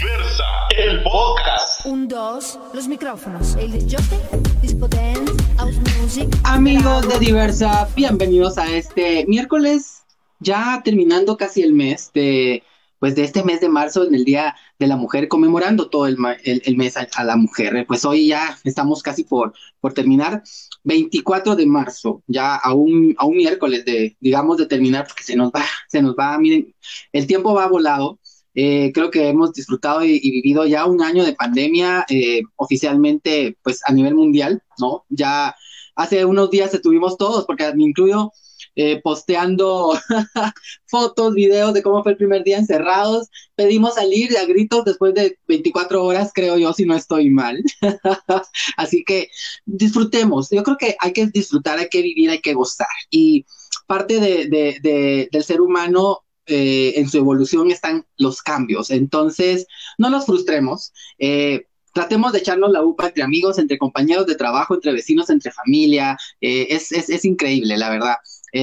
Diversa, el podcast. Un, dos, los micrófonos. El disjockey, disco dance, house music. Amigos de Diversa, bienvenidos a este miércoles, ya terminando casi el mes de este mes de marzo, en el Día de la Mujer, conmemorando todo el mes a la mujer. Pues hoy ya estamos casi por terminar, 24 de marzo, ya a un miércoles de terminar, porque se nos va, miren, el tiempo va volado. Creo que hemos disfrutado y vivido ya un año de pandemia, oficialmente pues a nivel mundial, ¿no? Ya hace unos días estuvimos todos, porque me incluyo, posteando fotos, videos de cómo fue el primer día encerrados. Pedimos salir a gritos después de 24 horas, creo yo, si no estoy mal. Así que disfrutemos. Yo creo que hay que disfrutar, hay que vivir, hay que gozar. Y parte del ser humano, en su evolución están los cambios. Entonces, no nos frustremos. Tratemos de echarnos la upa entre amigos, entre compañeros de trabajo, entre vecinos, entre familia. Es increíble, la verdad.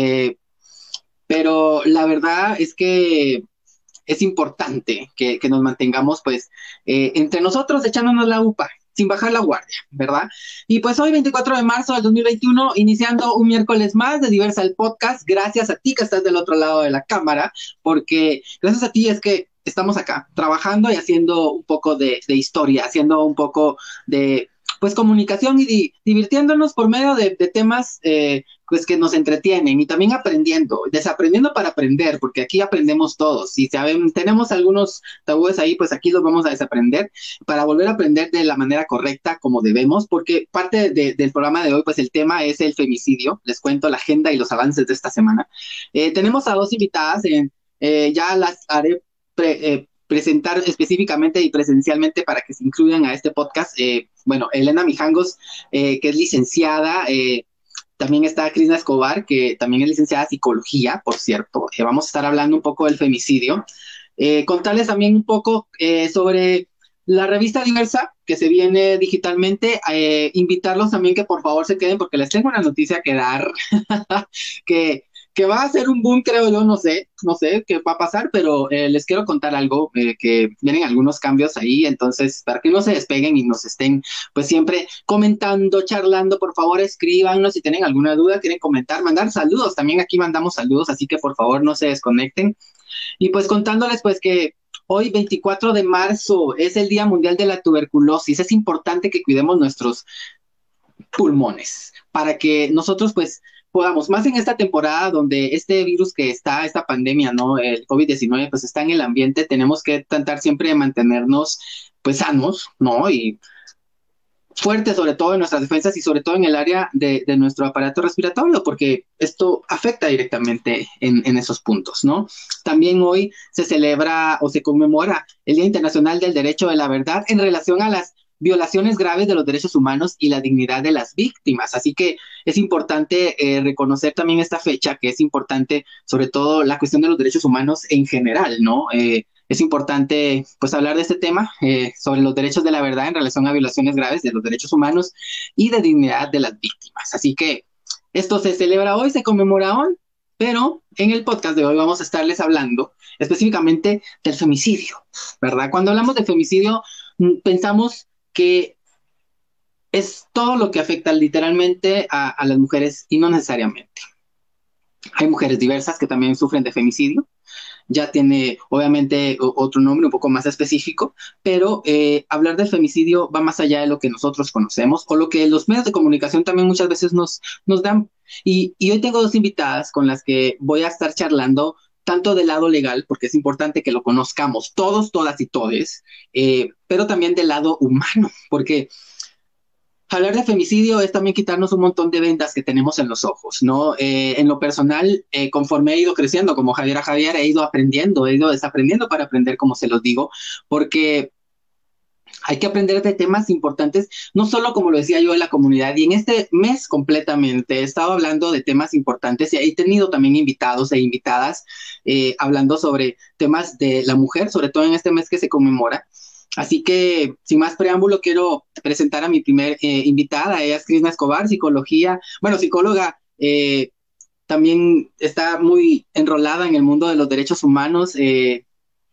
Pero la verdad es que es importante que nos mantengamos, pues, entre nosotros echándonos la upa, sin bajar la guardia, ¿verdad? Y pues hoy, 24 de marzo del 2021, iniciando un miércoles más de Diversa el Podcast, gracias a ti que estás del otro lado de la cámara, porque gracias a ti es que estamos acá, trabajando y haciendo un poco de historia, haciendo un poco de, pues, comunicación y divirtiéndonos por medio de temas, pues, que nos entretienen, y también aprendiendo, desaprendiendo para aprender, porque aquí aprendemos todos. Si tenemos algunos tabúes ahí, pues aquí los vamos a desaprender para volver a aprender de la manera correcta, como debemos, porque parte del programa de hoy, pues el tema es el femicidio. Les cuento la agenda y los avances de esta semana. Tenemos a dos invitadas, ya las haré presentar específicamente y presencialmente para que se incluyan a este podcast. Bueno, Elena Mijangos, que es licenciada. También está Crisna Escobar, que también es licenciada en psicología, por cierto. Vamos a estar hablando un poco del femicidio. Contarles también un poco sobre la revista Diversa, que se viene digitalmente. Invitarlos también que por favor se queden, porque les tengo una noticia que dar, que va a ser un boom, creo yo. No sé qué va a pasar, pero les quiero contar algo, que vienen algunos cambios ahí. Entonces, para que no se despeguen y nos estén, pues, siempre comentando, charlando, por favor, escríbanos si tienen alguna duda, quieren comentar, mandar saludos. También aquí mandamos saludos, así que por favor no se desconecten. Y pues contándoles, pues, que hoy, 24 de marzo, es el Día Mundial de la Tuberculosis. Es importante que cuidemos nuestros pulmones para que nosotros, pues, podamos, más en esta temporada donde este virus que está, esta pandemia, ¿no? El COVID-19, pues está en el ambiente. Tenemos que tratar siempre de mantenernos, pues, sanos, ¿no? Y fuertes, sobre todo en nuestras defensas y sobre todo en el área de nuestro aparato respiratorio, porque esto afecta directamente en esos puntos, ¿no? También hoy se celebra o se conmemora el Día Internacional del Derecho de la Verdad en relación a las violaciones graves de los derechos humanos y la dignidad de las víctimas. Así que es importante reconocer también esta fecha, que es importante, sobre todo la cuestión de los derechos humanos en general, ¿no? Es importante, pues, hablar de este tema, sobre los derechos de la verdad en relación a violaciones graves de los derechos humanos y de dignidad de las víctimas. Así que esto se celebra hoy, se conmemora hoy, pero en el podcast de hoy vamos a estarles hablando específicamente del femicidio, ¿verdad? Cuando hablamos de femicidio, pensamos que es todo lo que afecta literalmente a las mujeres, y no necesariamente. Hay mujeres diversas que también sufren de femicidio. Ya tiene, obviamente, otro nombre un poco más específico, pero hablar del femicidio va más allá de lo que nosotros conocemos o lo que los medios de comunicación también muchas veces nos dan. Y hoy tengo dos invitadas con las que voy a estar charlando, tanto del lado legal, porque es importante que lo conozcamos todos, todas y todes, pero también del lado humano, porque hablar de femicidio es también quitarnos un montón de vendas que tenemos en los ojos, ¿no? En lo personal, conforme he ido creciendo como Javier, he ido aprendiendo, he ido desaprendiendo para aprender, como se los digo, porque hay que aprender de temas importantes, no solo, como lo decía yo, en la comunidad. Y en este mes completamente he estado hablando de temas importantes y he tenido también invitados e invitadas, hablando sobre temas de la mujer, sobre todo en este mes que se conmemora. Así que, sin más preámbulo, quiero presentar a mi primer invitada. Ella es Crisna Escobar, psicóloga. También está muy enrolada en el mundo de los derechos humanos.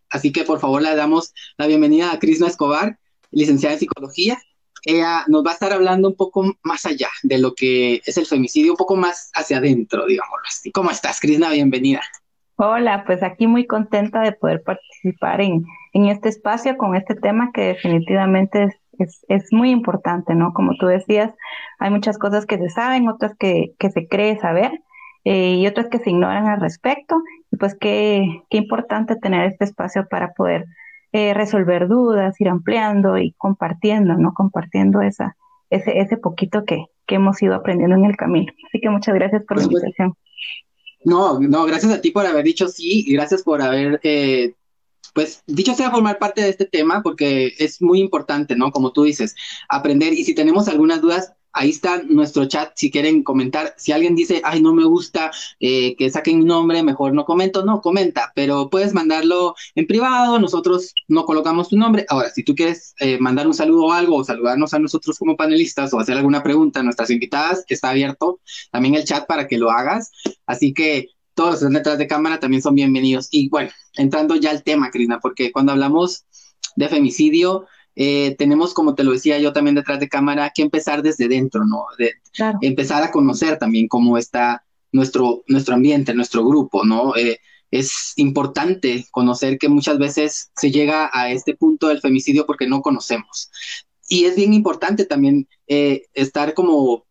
Así que por favor le damos la bienvenida a Krishna Escobar, licenciada en psicología. Ella nos va a estar hablando un poco más allá de lo que es el femicidio, un poco más hacia adentro, digámoslo así. ¿Cómo estás, Krishna? Bienvenida. Hola, pues aquí muy contenta de poder participar en este espacio con este tema que definitivamente es muy importante, ¿no? Como tú decías, hay muchas cosas que se saben, otras que se cree saber, y otras que se ignoran al respecto. Y pues qué importante tener este espacio para poder resolver dudas, ir ampliando y compartiendo, ¿no? Compartiendo ese poquito que hemos ido aprendiendo en el camino. Así que muchas gracias por la invitación. No, no, gracias a ti por haber dicho sí y gracias por haber, pues, dicho sea formar parte de este tema porque es muy importante, ¿no? Como tú dices, aprender y si tenemos algunas dudas, ahí está nuestro chat si quieren comentar. Si alguien dice, ay, no me gusta que saquen mi nombre, mejor no comento, no, comenta, pero puedes mandarlo en privado, nosotros no colocamos tu nombre. Ahora, si tú quieres mandar un saludo o algo, o saludarnos a nosotros como panelistas o hacer alguna pregunta a nuestras invitadas, está abierto también el chat para que lo hagas. Así que todos los que están detrás de cámara también son bienvenidos. Y bueno, entrando ya al tema, Krishna, porque cuando hablamos de femicidio, tenemos, como te lo decía yo también detrás de cámara, que empezar desde dentro, ¿no? Claro. Empezar a conocer también cómo está nuestro ambiente, nuestro grupo, ¿no? Es importante conocer que muchas veces se llega a este punto del femicidio porque no conocemos. Y es bien importante también estar como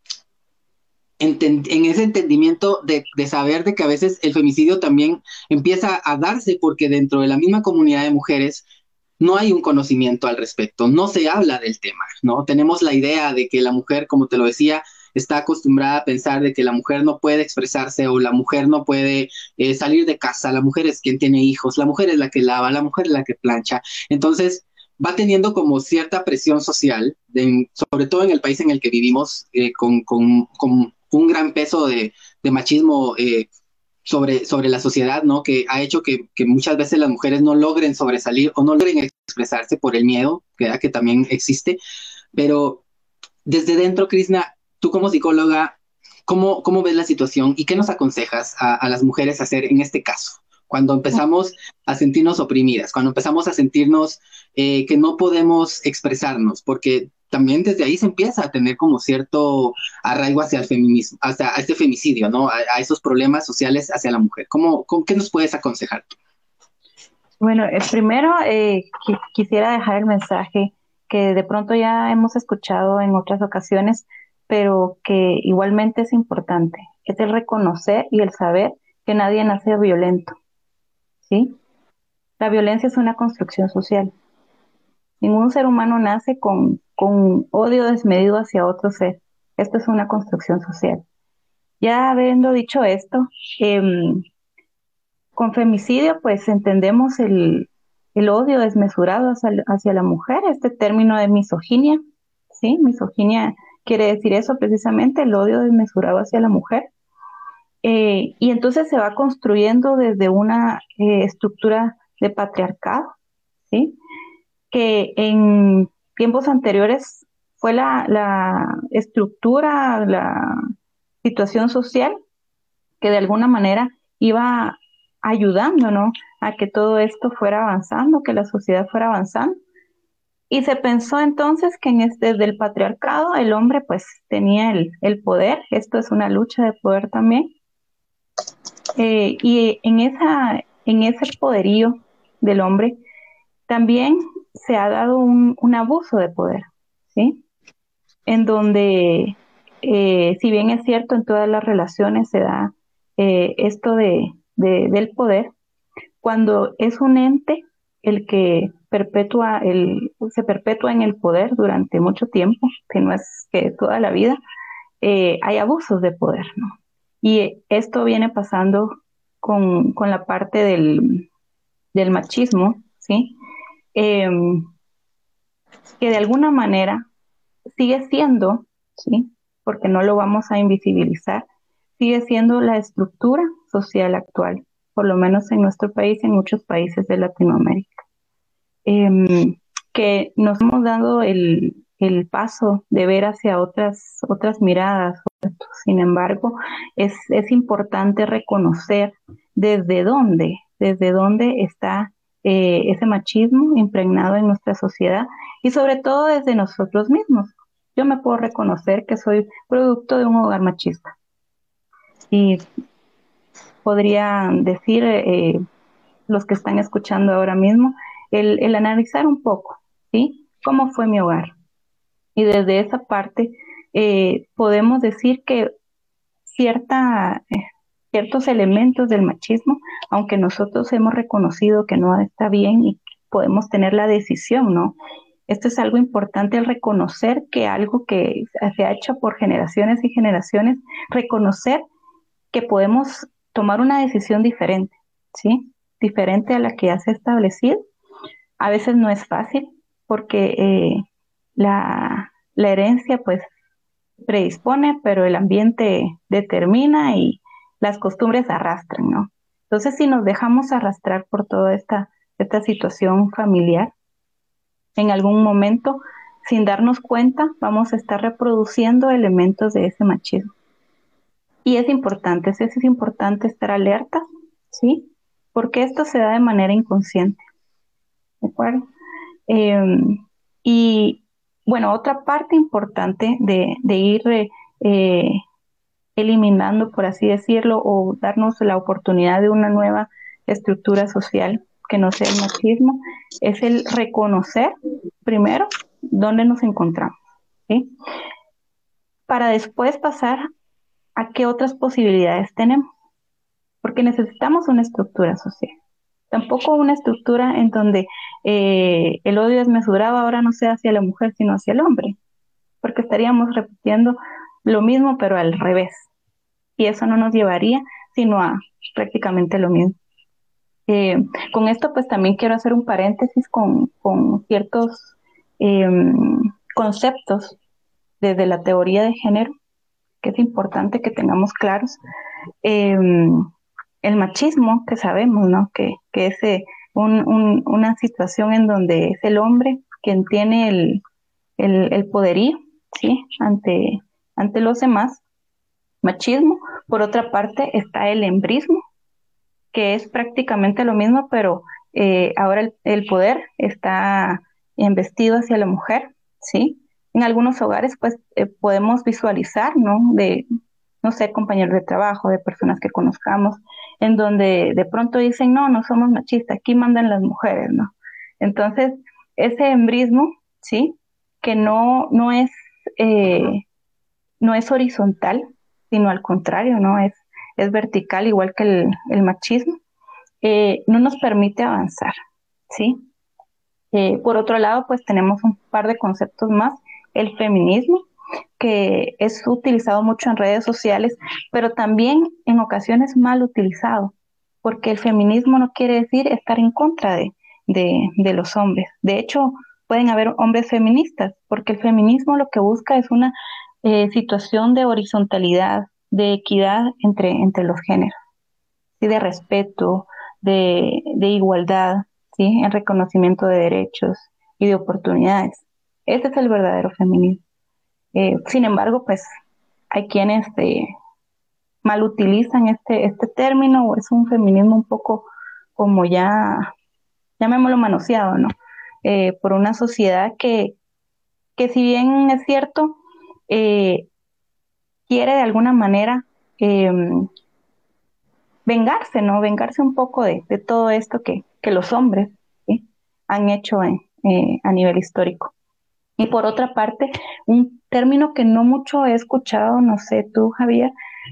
en ese entendimiento de saber de que a veces el femicidio también empieza a darse porque dentro de la misma comunidad de mujeres no hay un conocimiento al respecto, no se habla del tema, ¿no? Tenemos la idea de que la mujer, como te lo decía, está acostumbrada a pensar de que la mujer no puede expresarse o la mujer no puede salir de casa, la mujer es quien tiene hijos, la mujer es la que lava, la mujer es la que plancha. Entonces, va teniendo como cierta presión social, sobre todo en el país en el que vivimos, con un gran peso de machismo sobre la sociedad, ¿no? Que ha hecho que muchas veces las mujeres no logren sobresalir o no logren expresarse por el miedo, que también existe. Pero desde dentro, Krishna, tú como psicóloga, ¿cómo ves la situación y qué nos aconsejas a las mujeres hacer en este caso? Cuando empezamos a sentirnos oprimidas, cuando empezamos a sentirnos que no podemos expresarnos, porque también desde ahí se empieza a tener como cierto arraigo hacia el feminismo, hacia este femicidio, ¿no? A esos problemas sociales hacia la mujer. ¿Qué nos puedes aconsejar tú? Bueno, primero quisiera dejar el mensaje que de pronto ya hemos escuchado en otras ocasiones, pero que igualmente es importante, es el reconocer y el saber que nadie nace violento, ¿sí? La violencia es una construcción social. Ningún ser humano nace con odio desmedido hacia otro ser. Esto es una construcción social. Ya habiendo dicho esto, con femicidio pues entendemos el odio desmesurado hacia la mujer, este término de misoginia, ¿sí? Misoginia quiere decir eso precisamente, el odio desmesurado hacia la mujer. Y entonces se va construyendo desde una estructura de patriarcado, ¿sí? Que en tiempos anteriores fue la estructura, la situación social que de alguna manera iba ayudando, ¿no? A que todo esto fuera avanzando, que la sociedad fuera avanzando. Y se pensó entonces que desde el patriarcado el hombre pues tenía el poder, esto es una lucha de poder también. Y en ese poderío del hombre también se ha dado un abuso de poder, ¿sí? En donde, si bien es cierto, en todas las relaciones se da esto del poder, cuando es un ente el que se perpetúa en el poder durante mucho tiempo, que no es que toda la vida, hay abusos de poder, ¿no? Y esto viene pasando con la parte del machismo, ¿sí? Que de alguna manera sigue siendo, ¿sí? Porque no lo vamos a invisibilizar, sigue siendo la estructura social actual, por lo menos en nuestro país y en muchos países de Latinoamérica. Que nos hemos dado el paso de ver hacia otras miradas. Sin embargo, es importante reconocer desde dónde está ese machismo impregnado en nuestra sociedad y sobre todo desde nosotros mismos. Yo me puedo reconocer que soy producto de un hogar machista y podría decir los que están escuchando ahora mismo, el analizar un poco, ¿sí? ¿Cómo fue mi hogar? Y desde esa parte podemos decir que ciertos elementos del machismo, aunque nosotros hemos reconocido que no está bien y podemos tener la decisión, ¿no? Esto es algo importante, el reconocer que algo que se ha hecho por generaciones y generaciones, reconocer que podemos tomar una decisión diferente, ¿sí? Diferente a la que ya se ha establecido. A veces no es fácil porque la herencia pues predispone, pero el ambiente determina y las costumbres arrastran, ¿no? Entonces, si nos dejamos arrastrar por toda esta situación familiar, en algún momento, sin darnos cuenta, vamos a estar reproduciendo elementos de ese machismo. Y es importante estar alerta, ¿sí? Porque esto se da de manera inconsciente, ¿de acuerdo? Y bueno, otra parte importante de ir eliminando, por así decirlo, o darnos la oportunidad de una nueva estructura social que no sea el machismo, es el reconocer primero dónde nos encontramos, ¿sí? Para después pasar a qué otras posibilidades tenemos, porque necesitamos una estructura social. Tampoco una estructura en donde el odio desmesurado ahora no sea hacia la mujer, sino hacia el hombre, porque estaríamos repitiendo lo mismo, pero al revés. Y eso no nos llevaría sino a prácticamente lo mismo. Con esto, pues también quiero hacer un paréntesis con ciertos conceptos desde la teoría de género, que es importante que tengamos claros. El machismo, que sabemos, ¿no? Que es una situación en donde es el hombre quien tiene el poderío, ¿sí? Ante los demás. Machismo. Por otra parte está el embrismo, que es prácticamente lo mismo, pero ahora el poder está embestido hacia la mujer, ¿sí? En algunos hogares, pues, podemos visualizar, ¿no? No sé, compañeros de trabajo, de personas que conozcamos, en donde de pronto dicen, no somos machistas, aquí mandan las mujeres, ¿no? Entonces, ese embrismo, ¿sí? Que no es horizontal, sino al contrario, ¿no? Es vertical, igual que el machismo, no nos permite avanzar, ¿sí? Por otro lado, pues tenemos un par de conceptos más, el feminismo, que es utilizado mucho en redes sociales, pero también en ocasiones mal utilizado, porque el feminismo no quiere decir estar en contra de los hombres. De hecho, pueden haber hombres feministas, porque el feminismo lo que busca es una situación de horizontalidad, de equidad entre los géneros, ¿sí? De respeto, de igualdad, ¿sí? En reconocimiento de derechos y de oportunidades. Ese es el verdadero feminismo. Sin embargo, pues hay quienes mal utilizan este término, o es un feminismo un poco como llamémoslo manoseado, ¿no? Por una sociedad que si bien es cierto, quiere de alguna manera vengarse, ¿no? Vengarse un poco de todo esto que los hombres, ¿sí? Han hecho a nivel histórico. Y por otra parte, un término que no mucho he escuchado, no sé tú, Javiera,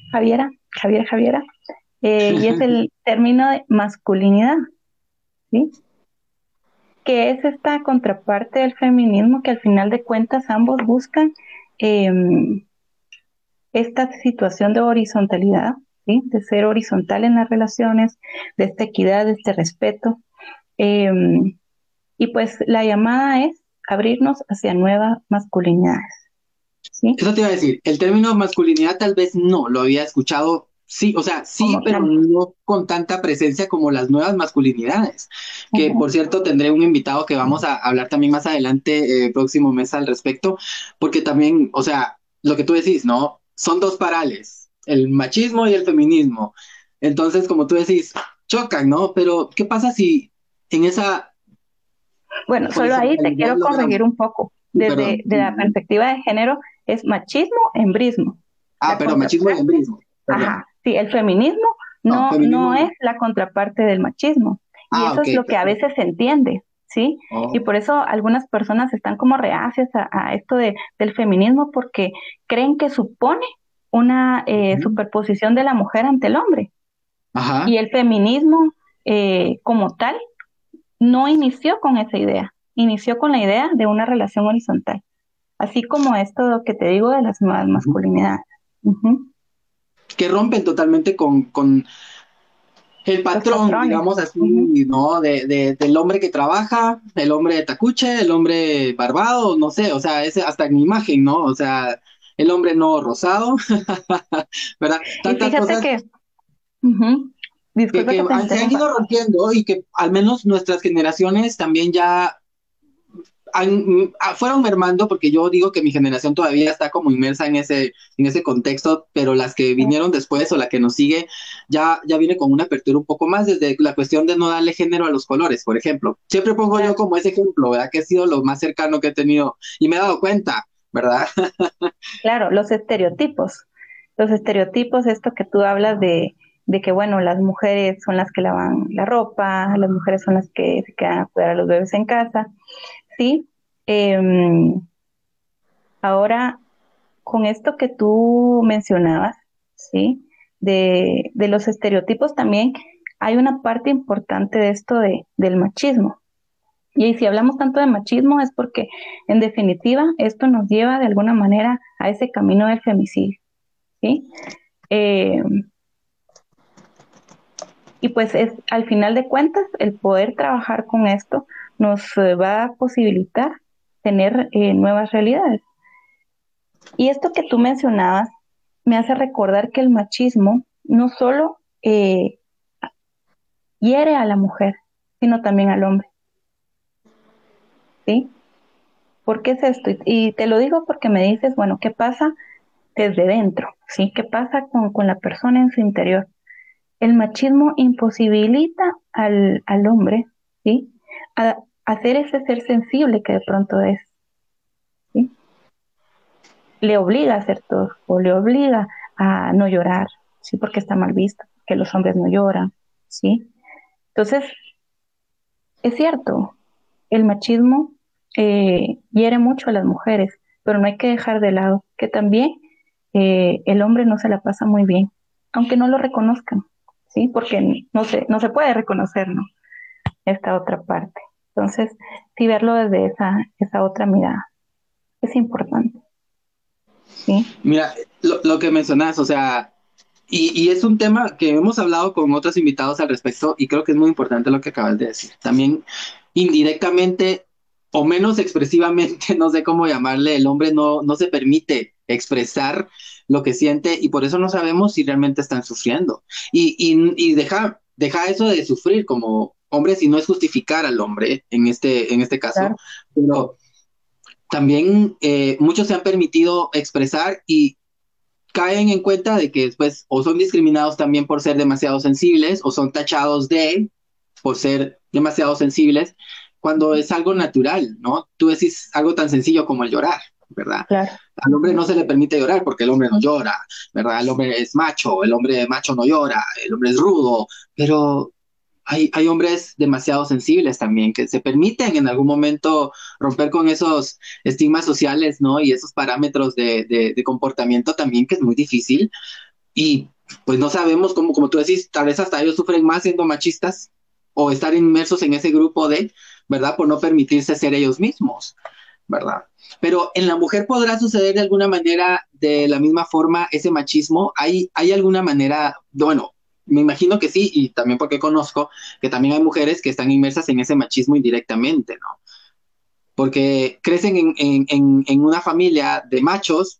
y es el término de masculinidad, ¿sí? Que es esta contraparte del feminismo que al final de cuentas ambos buscan esta situación de horizontalidad, ¿sí? De ser horizontal en las relaciones, de esta equidad, de este respeto. Y pues la llamada es abrirnos hacia nuevas masculinidades, ¿sí? Eso te iba a decir, el término masculinidad tal vez no lo había escuchado, sí, o sea, sí, Como pero tal. no con tanta presencia como las nuevas masculinidades, que por cierto tendré un invitado que vamos a hablar también más adelante, próximo mes al respecto, porque también, o sea, lo que tú decís, ¿no? Son dos parales, el machismo y el feminismo. Entonces, como tú decís, chocan, ¿no? Pero, ¿qué pasa si en esa Bueno, solo ahí te horizontalidad quiero corregir logramos, un poco. Desde perdón, de la perspectiva de género, es machismo, embrismo. La pero machismo y contraparte, embrismo, perdón, ajá, sí, el feminismo no, no feminismo es no. la contraparte del machismo. Y eso Ok, es lo que a perfecto. veces se entiende, ¿sí? Y Oh, por eso algunas personas están como reacias a esto del feminismo porque creen que supone una ujú. superposición de la mujer ante el hombre. Y Ajá. el feminismo como tal no inició con esa idea, inició con la idea de una relación horizontal, así como esto que te digo de las nuevas Ujú. masculinidades. Ujú. Que rompen totalmente con el Los patrón, patrones. digamos así, Ujú. ¿no? Del hombre que trabaja, el hombre de tacuche, el hombre barbado, no sé, o sea, ese hasta en imagen, ¿no? O sea, el hombre no rosado, ¿verdad? Y Tantas fíjate cosas que, ujú, disculpa que te se han ido interrumpa. rompiendo y que al menos nuestras generaciones también ya fueron mermando, porque yo digo que mi generación todavía está como inmersa en ese contexto, pero las que vinieron después o la que nos sigue ya viene con una apertura un poco más desde la cuestión de no darle género a los colores, por ejemplo. Siempre pongo yo Claro, como ese ejemplo, ¿verdad? Que ha sido lo más cercano que he tenido y me he dado cuenta, ¿verdad? claro, los estereotipos, esto que tú hablas de que, bueno, las mujeres son las que lavan la ropa, las mujeres son las que se quedan a cuidar a los bebés en casa, ¿sí? Em, Ahora, con esto que tú mencionabas, ¿sí? De los estereotipos también hay una parte importante de esto del machismo. Y si hablamos tanto de machismo es porque, en definitiva, esto nos lleva de alguna manera a ese camino del femicidio, ¿sí? Eh, y pues es, al final de cuentas, el poder trabajar con esto nos va a posibilitar tener nuevas realidades. Y esto que tú mencionabas me hace recordar que el machismo no solo hiere a la mujer, sino también al hombre, ¿sí? ¿Por qué es esto? Y te lo digo porque me dices, bueno, ¿qué pasa desde dentro? ¿Sí? ¿Qué pasa con la persona en su interior? El machismo imposibilita al hombre, ¿sí? A ser ese ser sensible que de pronto es, ¿sí? Le obliga a hacer todo, o le obliga a no llorar, ¿sí? Porque está mal visto, que los hombres no lloran, ¿sí? Entonces, es cierto, el machismo hiere mucho a las mujeres, pero no hay que dejar de lado que también el hombre no se la pasa muy bien, aunque no lo reconozcan, ¿sí? Porque no se puede reconocer, ¿no? Esta otra parte. Entonces, sí verlo desde esa otra mirada es importante, ¿sí? Mira, lo que mencionas, o sea, y es un tema que hemos hablado con otros invitados al respecto y creo que es muy importante lo que acabas de decir. También indirectamente o menos expresivamente, no sé cómo llamarle, el hombre no se permite expresar lo que siente y por eso no sabemos si realmente están sufriendo. Y deja eso de sufrir como hombre si no es justificar al hombre en este caso, Claro, pero también muchos se han permitido expresar y caen en cuenta de que después o son discriminados también por ser demasiado sensibles o son tachados de por ser demasiado sensibles cuando es algo natural, ¿no? Tú decís algo tan sencillo como el llorar, ¿verdad? claro. Al hombre no se le permite llorar porque el hombre no llora, ¿verdad? El hombre es macho, el hombre macho no llora, el hombre es rudo, pero hay hombres demasiado sensibles también que se permiten en algún momento romper con esos estigmas sociales, ¿no? Y esos parámetros de comportamiento también que es muy difícil. Y pues no sabemos cómo, como tú decís, tal vez hasta ellos sufren más siendo machistas o estar inmersos en ese grupo ¿verdad? Por no permitirse ser ellos mismos, ¿verdad? Pero en la mujer podrá suceder de alguna manera, de la misma forma, ese machismo. ¿Hay alguna manera, bueno, me imagino que sí, y también porque conozco que también hay mujeres que están inmersas en ese machismo indirectamente, ¿no? Porque crecen en una familia de machos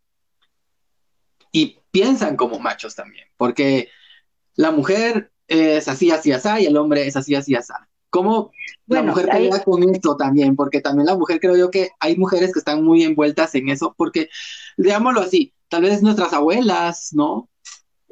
y piensan como machos también, porque la mujer es así, así, así, y el hombre es así, así, así. ¿Cómo la Bueno, mujer ahí, pelea con esto también? Porque también la mujer creo yo que hay mujeres que están muy envueltas en eso, porque, digámoslo así, tal vez nuestras abuelas, ¿no?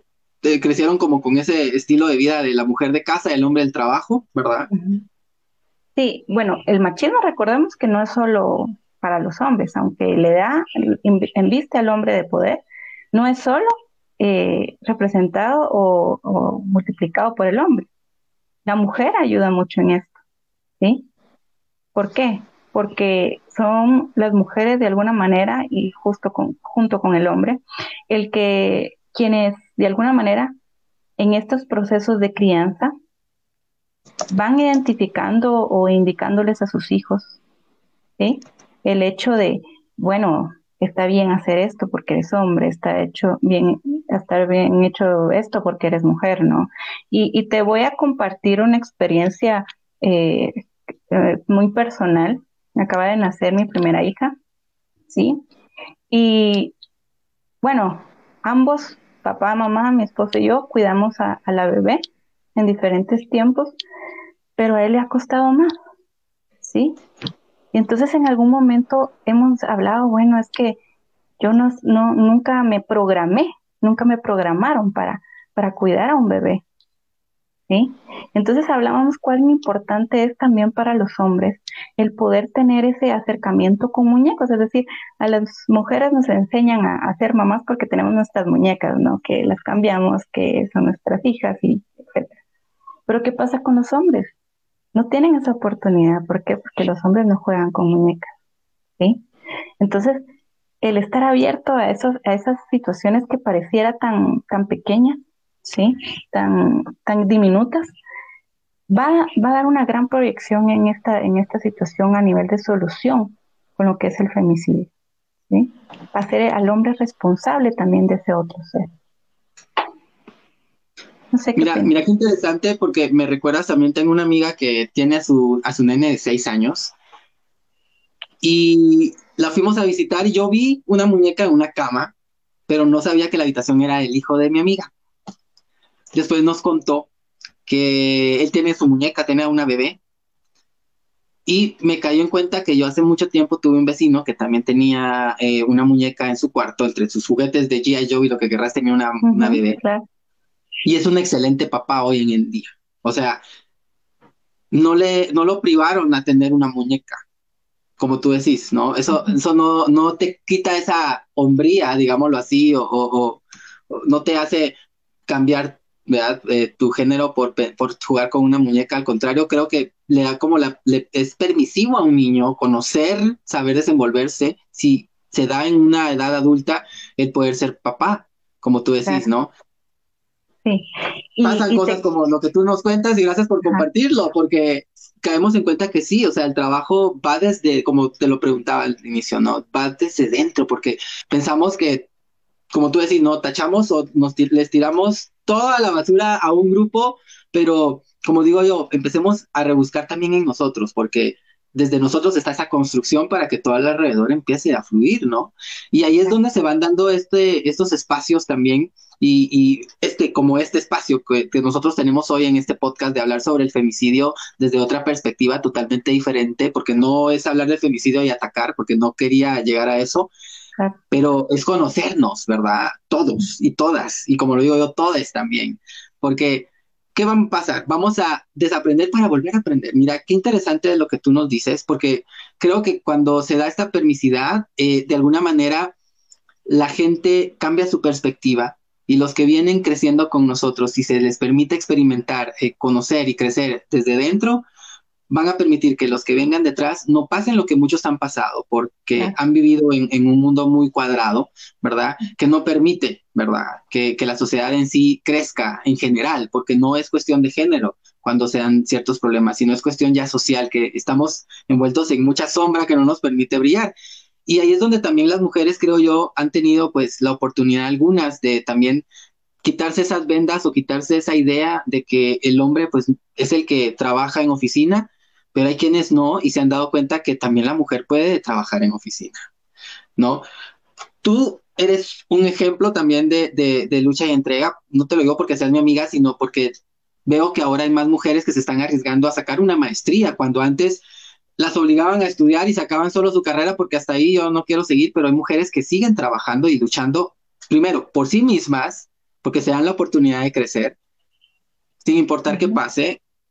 Crecieron como con ese estilo de vida de la mujer de casa y el hombre del trabajo, ¿verdad? ujú, Sí, bueno, el machismo recordemos que no es solo para los hombres, aunque le da en vista al hombre de poder, no es solo representado o multiplicado por el hombre. La mujer ayuda mucho en esto, ¿sí? ¿Por qué? Porque son las mujeres de alguna manera y junto con el hombre, quienes de alguna manera en estos procesos de crianza van identificando o indicándoles a sus hijos, ¿sí? El hecho de, bueno, está bien hacer esto porque eres hombre, está bien hecho esto porque eres mujer, ¿no? Y te voy a compartir una experiencia eh, muy personal. Acaba de nacer mi primera hija, ¿sí? Y bueno, ambos, papá, mamá, mi esposo y yo, cuidamos a la bebé en diferentes tiempos, pero a él le ha costado más, ¿sí? Y entonces en algún momento hemos hablado, bueno, es que yo nunca me programé, nunca me programaron para cuidar a un bebé, ¿sí? Entonces hablábamos cuán importante es también para los hombres el poder tener ese acercamiento con muñecos, es decir, a las mujeres nos enseñan a ser mamás porque tenemos nuestras muñecas, ¿no? Que las cambiamos, que son nuestras hijas y etcétera. Pero ¿qué pasa con los hombres? No tienen esa oportunidad, ¿por qué? Porque los hombres no juegan con muñecas, ¿sí? Entonces, el estar abierto a esas situaciones que pareciera tan pequeñas, ¿sí? Tan diminutas, va a dar una gran proyección en esta situación a nivel de solución con lo que es el femicidio, ¿sí? Va a ser al hombre responsable también de ese otro ser. No sé qué piensas. Mira qué interesante porque me recuerdas también, tengo una amiga que tiene a su nene de 6 años y la fuimos a visitar y yo vi una muñeca en una cama, pero no sabía que la habitación era el hijo de mi amiga. Después nos contó que él tiene su muñeca, tiene una bebé. Y me cayó en cuenta que yo hace mucho tiempo tuve un vecino que también tenía una muñeca en su cuarto, entre sus juguetes de G.I. Joe y lo que querrás, tenía una bebé. Claro. Y es un excelente papá hoy en el día. O sea, no lo privaron a tener una muñeca, como tú decís, ¿no? Eso no te quita esa hombría, digámoslo así, o no te hace cambiar, ¿verdad? Tu género por jugar con una muñeca. Al contrario, creo que le da como es permisivo a un niño conocer, saber desenvolverse, si se da en una edad adulta el poder ser papá, como tú decís, Claro. ¿no? Sí. Pasan cosas como lo que tú nos cuentas y gracias por compartirlo, porque caemos en cuenta que sí, o sea, el trabajo va desde, como te lo preguntaba al inicio, ¿no? Va desde dentro, porque pensamos que, como tú decís, no, tachamos o les tiramos toda la basura a un grupo, pero como digo yo, empecemos a rebuscar también en nosotros, porque desde nosotros está esa construcción para que todo el alrededor empiece a fluir, ¿no? Y ahí es donde se van dando estos espacios también como este espacio que nosotros tenemos hoy en este podcast de hablar sobre el femicidio desde otra perspectiva totalmente diferente, porque no es hablar de femicidio y atacar, porque no quería llegar a eso, Claro. pero es conocernos, ¿verdad? Todos y todas, y como lo digo yo, todes también, porque ¿qué va a pasar? Vamos a desaprender para volver a aprender. Mira, qué interesante lo que tú nos dices, porque creo que cuando se da esta permisidad, de alguna manera la gente cambia su perspectiva y los que vienen creciendo con nosotros, si se les permite experimentar, conocer y crecer desde dentro, van a permitir que los que vengan detrás no pasen lo que muchos han pasado, porque Claro. han vivido en un mundo muy cuadrado, ¿verdad? Que no permite, ¿verdad? Que la sociedad en sí crezca en general, porque no es cuestión de género cuando se dan ciertos problemas, sino es cuestión ya social, que estamos envueltos en mucha sombra que no nos permite brillar. Y ahí es donde también las mujeres, creo yo, han tenido pues la oportunidad algunas de también quitarse esas vendas o quitarse esa idea de que el hombre pues es el que trabaja en oficina, pero hay quienes no y se han dado cuenta que también la mujer puede trabajar en oficina, ¿no? Tú eres un ejemplo también de lucha y entrega, no te lo digo porque seas mi amiga, sino porque veo que ahora hay más mujeres que se están arriesgando a sacar una maestría, cuando antes las obligaban a estudiar y sacaban solo su carrera porque hasta ahí yo no quiero seguir, pero hay mujeres que siguen trabajando y luchando, primero, por sí mismas, porque se dan la oportunidad de crecer, sin importar qué pase,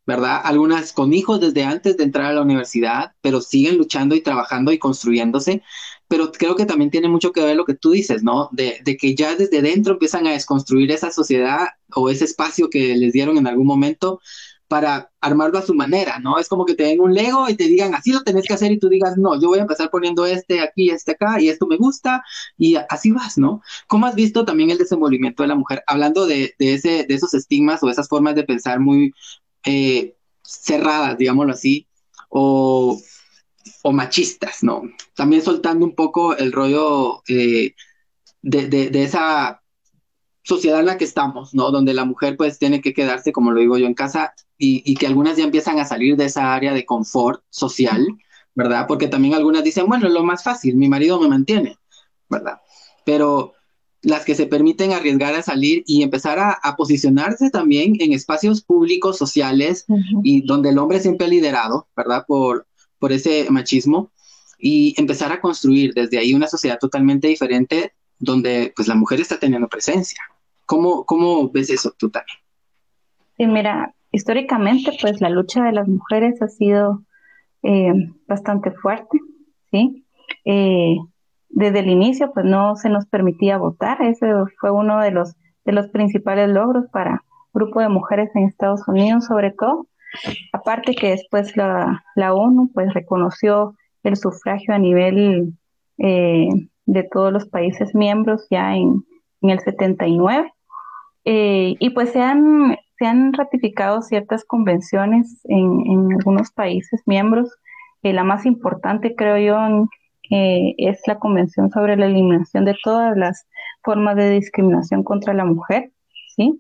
¿verdad? Algunas con hijos desde antes de entrar a la universidad, pero siguen luchando y trabajando y construyéndose. Pero creo que también tiene mucho que ver lo que tú dices, ¿no? De que ya desde dentro empiezan a desconstruir esa sociedad o ese espacio que les dieron en algún momento para armarlo a su manera, ¿no? Es como que te den un Lego y te digan, así lo tenés que hacer y tú digas, no, yo voy a empezar poniendo este aquí, este acá y esto me gusta y así vas, ¿no? ¿Cómo has visto también el desenvolvimiento de la mujer? Hablando de esos estigmas o esas formas de pensar muy cerradas, digámoslo así, o, o machistas, ¿no? También soltando un poco el rollo de esa sociedad en la que estamos, ¿no? Donde la mujer pues tiene que quedarse, como lo digo yo, en casa y que algunas ya empiezan a salir de esa área de confort social, ¿verdad? Porque también algunas dicen, bueno, es lo más fácil, mi marido me mantiene, ¿verdad? Pero las que se permiten arriesgar a salir y empezar a posicionarse también en espacios públicos, sociales, Ujú. y donde el hombre siempre ha liderado, ¿verdad? Por ese machismo, y empezar a construir desde ahí una sociedad totalmente diferente donde pues la mujer está teniendo presencia. ¿Cómo ves eso tú también? Sí, mira, históricamente, pues la lucha de las mujeres ha sido eh, bastante fuerte, ¿sí? Eh, Desde el inicio, pues no se nos permitía votar. Ese fue uno de los principales logros para grupo de mujeres en Estados Unidos, sobre todo. Aparte que después la ONU, pues reconoció el sufragio a nivel eh, de todos los países miembros ya en el 79. Y pues se han ratificado ciertas convenciones en algunos países miembros. La más importante, creo yo, es la Convención sobre la Eliminación de todas las formas de discriminación contra la mujer, ¿sí?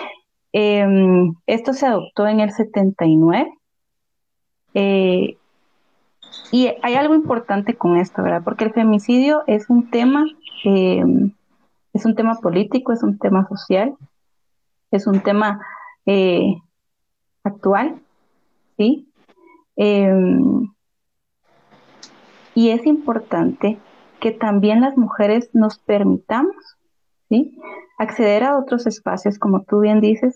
Esto se adoptó en el 79. eh, y hay algo importante con esto, ¿verdad? Porque el femicidio eh, es un tema político, es un tema social, es un tema eh, actual, ¿sí? Eh, y es importante que también las mujeres nos permitamos, ¿sí? Acceder a otros espacios, como tú bien dices,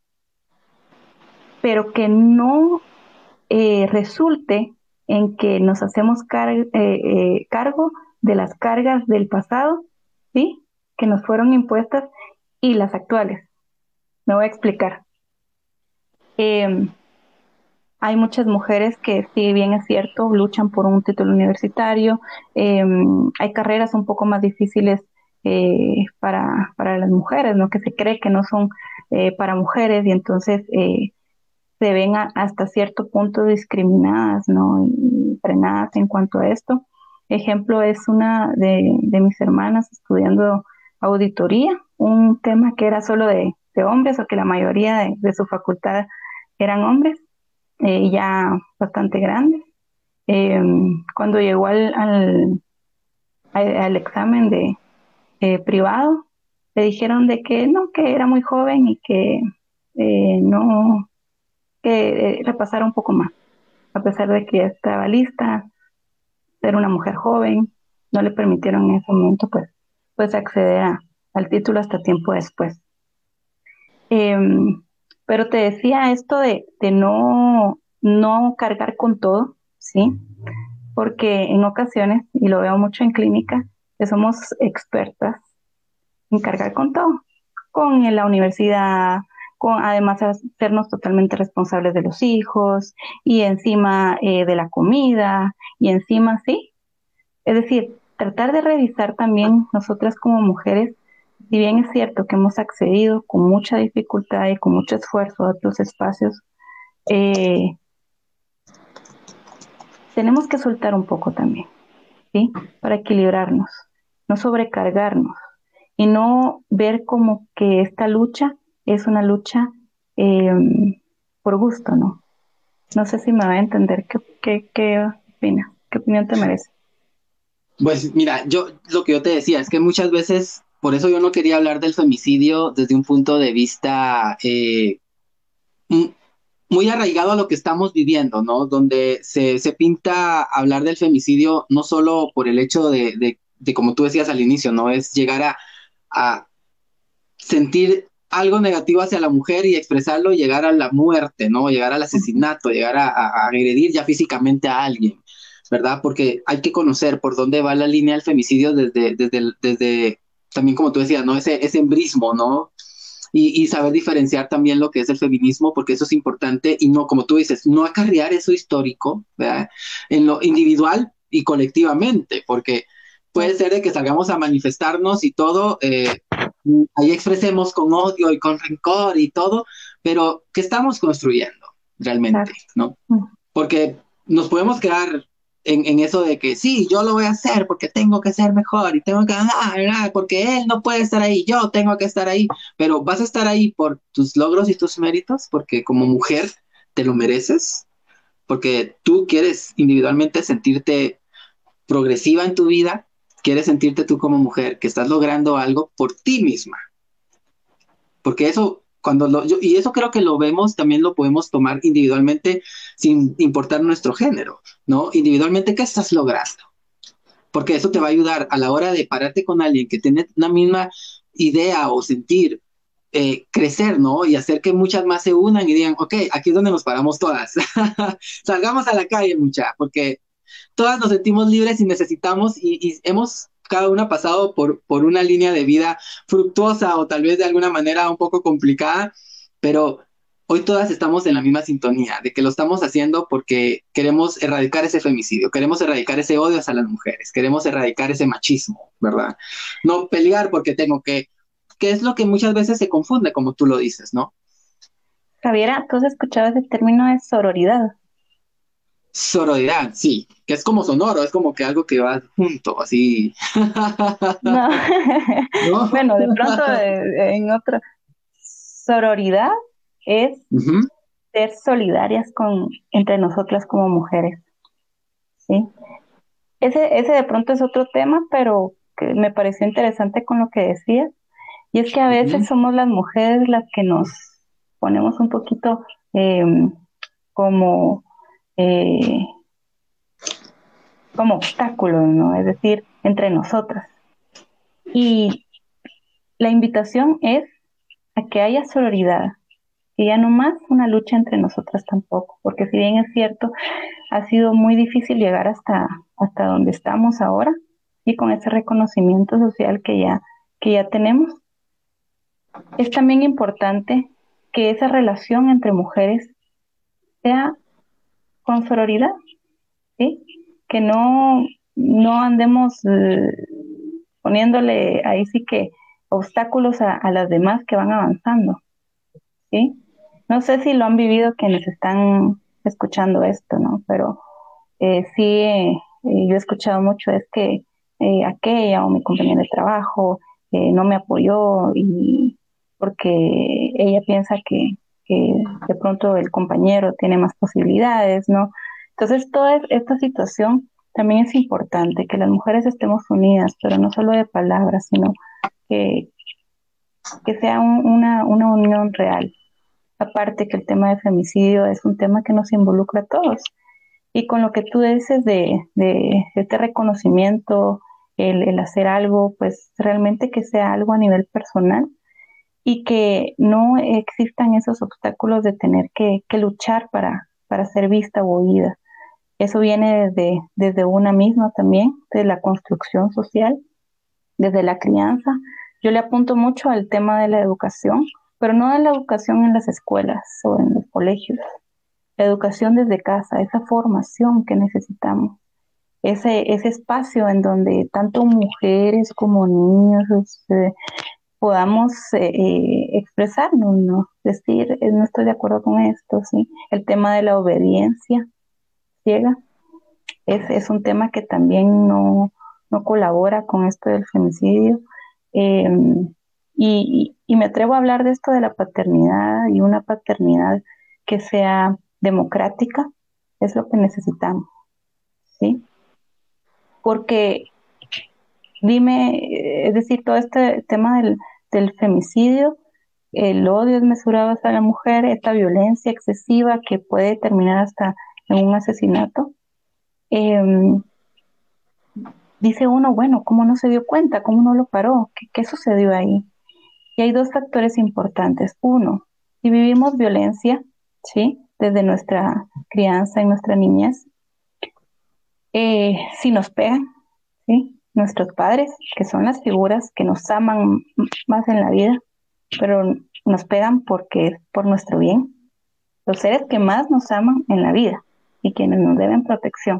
pero que no resulte en que nos hacemos cargo de las cargas del pasado, ¿sí? Que nos fueron impuestas y las actuales. Me voy a explicar. Eh, Hay muchas mujeres que, si bien es cierto, luchan por un título universitario. eh, Hay carreras un poco más difíciles para las mujeres, ¿no? Que se cree que no son para mujeres y entonces se ven hasta cierto punto discriminadas, ¿no? Y frenadas en cuanto a esto. Ejemplo es una de mis hermanas estudiando auditoría, un tema que era solo de hombres o que la mayoría de su facultad eran hombres, ya bastante grandes. Eh, Cuando llegó al examen de privado, le dijeron de que no, que era muy joven y que no, que repasara un poco más, a pesar de que ya estaba lista, ser una mujer joven, no le permitieron en ese momento pues acceder al título hasta tiempo después. Eh, pero te decía esto de no cargar con todo, ¿sí? Porque en ocasiones, y lo veo mucho en clínica, que somos expertas en cargar con todo, con la universidad, con además hacernos totalmente responsables de los hijos y encima de la comida y encima, sí. Es decir, tratar de revisar también nosotras como mujeres, si bien es cierto que hemos accedido con mucha dificultad y con mucho esfuerzo a otros espacios, eh, tenemos que soltar un poco también, ¿sí? Para equilibrarnos, no sobrecargarnos y no ver como que esta lucha es una lucha eh, por gusto, ¿no? No sé si me va a entender qué opinas, qué opinión te merece. Pues mira, lo que yo te decía es que muchas veces, por eso yo no quería hablar del femicidio desde un punto de vista m- muy arraigado a lo que estamos viviendo, ¿no? Donde se pinta hablar del femicidio no solo por el hecho de como tú decías al inicio, ¿no? Es llegar a sentir algo negativo hacia la mujer y expresarlo y llegar a la muerte, ¿no? Llegar al asesinato, llegar a agredir ya físicamente a alguien, ¿verdad? Porque hay que conocer por dónde va la línea del femicidio desde también como tú decías, ¿no? Ese embrismo, ¿no? Y saber diferenciar también lo que es el feminismo, porque eso es importante y no, como tú dices, no acarrear eso histórico, ¿verdad? En lo individual y colectivamente, porque puede ser de que salgamos a manifestarnos y todo, ahí expresemos con odio y con rencor y todo, pero ¿qué estamos construyendo realmente, no? Porque nos podemos quedar en eso de que sí, yo lo voy a hacer porque tengo que ser mejor y tengo que porque él no puede estar ahí, yo tengo que estar ahí, pero vas a estar ahí por tus logros y tus méritos, porque como mujer te lo mereces, porque tú quieres individualmente sentirte progresiva en tu vida, quieres sentirte tú como mujer que estás logrando algo por ti misma, porque eso, y eso creo que lo vemos, también lo podemos tomar individualmente sin importar nuestro género, ¿no? Individualmente, ¿qué estás logrando? Porque eso te va a ayudar a la hora de pararte con alguien que tiene una misma idea o sentir, crecer, ¿no? Y hacer que muchas más se unan y digan, ok, aquí es donde nos paramos todas. Salgamos a la calle, mucha, porque todas nos sentimos libres y necesitamos y hemos cada una pasado por una línea de vida fructuosa o tal vez de alguna manera un poco complicada, pero hoy todas estamos en la misma sintonía, de que lo estamos haciendo porque queremos erradicar ese femicidio, queremos erradicar ese odio hacia las mujeres, queremos erradicar ese machismo, ¿verdad? No pelear porque tengo que es lo que muchas veces se confunde, como tú lo dices, ¿no? Javiera, ¿tú has escuchado ese término de sororidad? Sororidad, sí, que es como sonoro, es como que algo que va junto, así. No, ¿No? bueno, de pronto en otro, sororidad es Ujú. ser solidarias entre nosotras como mujeres, ¿sí? Ese de pronto es otro tema, pero que me pareció interesante con lo que decías, y es que a veces Ujú. somos las mujeres las que nos ponemos un poquito eh, como, eh, como obstáculos, ¿no? Es decir, entre nosotras. Y la invitación es a que haya sororidad, que ya no más una lucha entre nosotras tampoco, porque si bien es cierto, ha sido muy difícil llegar hasta donde estamos ahora y con ese reconocimiento social que ya tenemos, es también importante que esa relación entre mujeres sea con sororidad, ¿sí? Que no andemos poniéndole ahí sí que obstáculos a las demás que van avanzando, ¿sí? No sé si lo han vivido quienes están escuchando esto, ¿no? Pero sí, yo he escuchado mucho es que aquella o mi compañera de trabajo no me apoyó y porque ella piensa que de pronto el compañero tiene más posibilidades, ¿no? Entonces, toda esta situación también es importante, que las mujeres estemos unidas, pero no solo de palabras, sino que, que sea una unión real. Aparte que el tema de femicidio es un tema que nos involucra a todos. Y con lo que tú dices de este reconocimiento, el hacer algo, pues realmente que sea algo a nivel personal y que no existan esos obstáculos de tener que luchar para ser vista o oída. Eso viene desde una misma también, de la construcción social, desde la crianza. Yo le apunto mucho al tema de la educación, pero no de la educación en las escuelas o en los colegios, la educación desde casa, esa formación que necesitamos, ese espacio en donde tanto mujeres como niños podamos expresarnos, ¿no? Decir, no estoy de acuerdo con esto, ¿sí? El tema de la obediencia ciega es un tema que también no colabora con esto del femicidio. Eh, y me atrevo a hablar de esto de la paternidad y una paternidad que sea democrática, es lo que necesitamos, ¿sí? Porque dime, es decir, todo este tema del femicidio, el odio desmesurado hacia la mujer, esta violencia excesiva que puede terminar hasta en un asesinato, eh, dice uno, bueno, ¿cómo no se dio cuenta? ¿Cómo no lo paró? ¿Qué sucedió ahí? Y hay dos factores importantes. Uno, si vivimos violencia, ¿sí? Desde nuestra crianza y nuestra niñez, si nos pegan, ¿sí? Nuestros padres, que son las figuras que nos aman más en la vida, pero nos pegan porque es por nuestro bien. Los seres que más nos aman en la vida y quienes nos deben protección.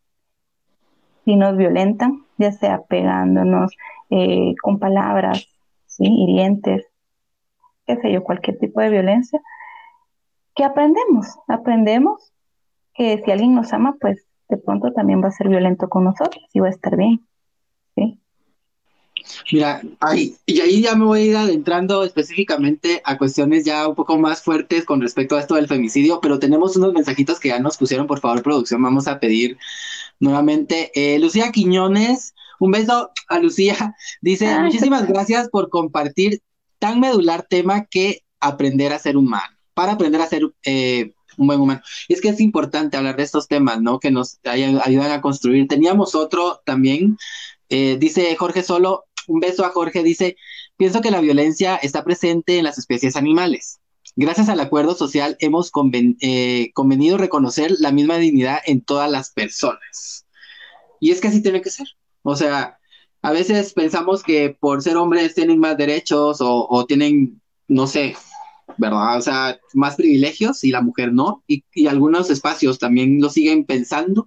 Si nos violentan, ya sea pegándonos con palabras, ¿sí? Hirientes, qué sé yo, cualquier tipo de violencia, ¿qué aprendemos? Aprendemos que si alguien nos ama, pues de pronto también va a ser violento con nosotros y va a estar bien, ¿sí? Mira, y ahí ya me voy a ir adentrando específicamente a cuestiones ya un poco más fuertes con respecto a esto del femicidio, pero tenemos unos mensajitos que ya nos pusieron, por favor, producción, vamos a pedir nuevamente. Lucía Quiñones, un beso a Lucía, dice, Ah, muchísimas gracias por compartir tan medular tema que aprender a ser humano, para aprender a ser un buen humano. Y es que es importante hablar de estos temas, ¿no? Que nos ayudan a construir. Teníamos otro también, dice Jorge Solo, un beso a Jorge, dice, pienso que la violencia está presente en las especies animales. Gracias al acuerdo social hemos convenido reconocer la misma dignidad en todas las personas. Y es que así tiene que ser. O sea, a veces pensamos que por ser hombres tienen más derechos o tienen, no sé, ¿verdad? O sea, más privilegios y la mujer no. Y algunos espacios también lo siguen pensando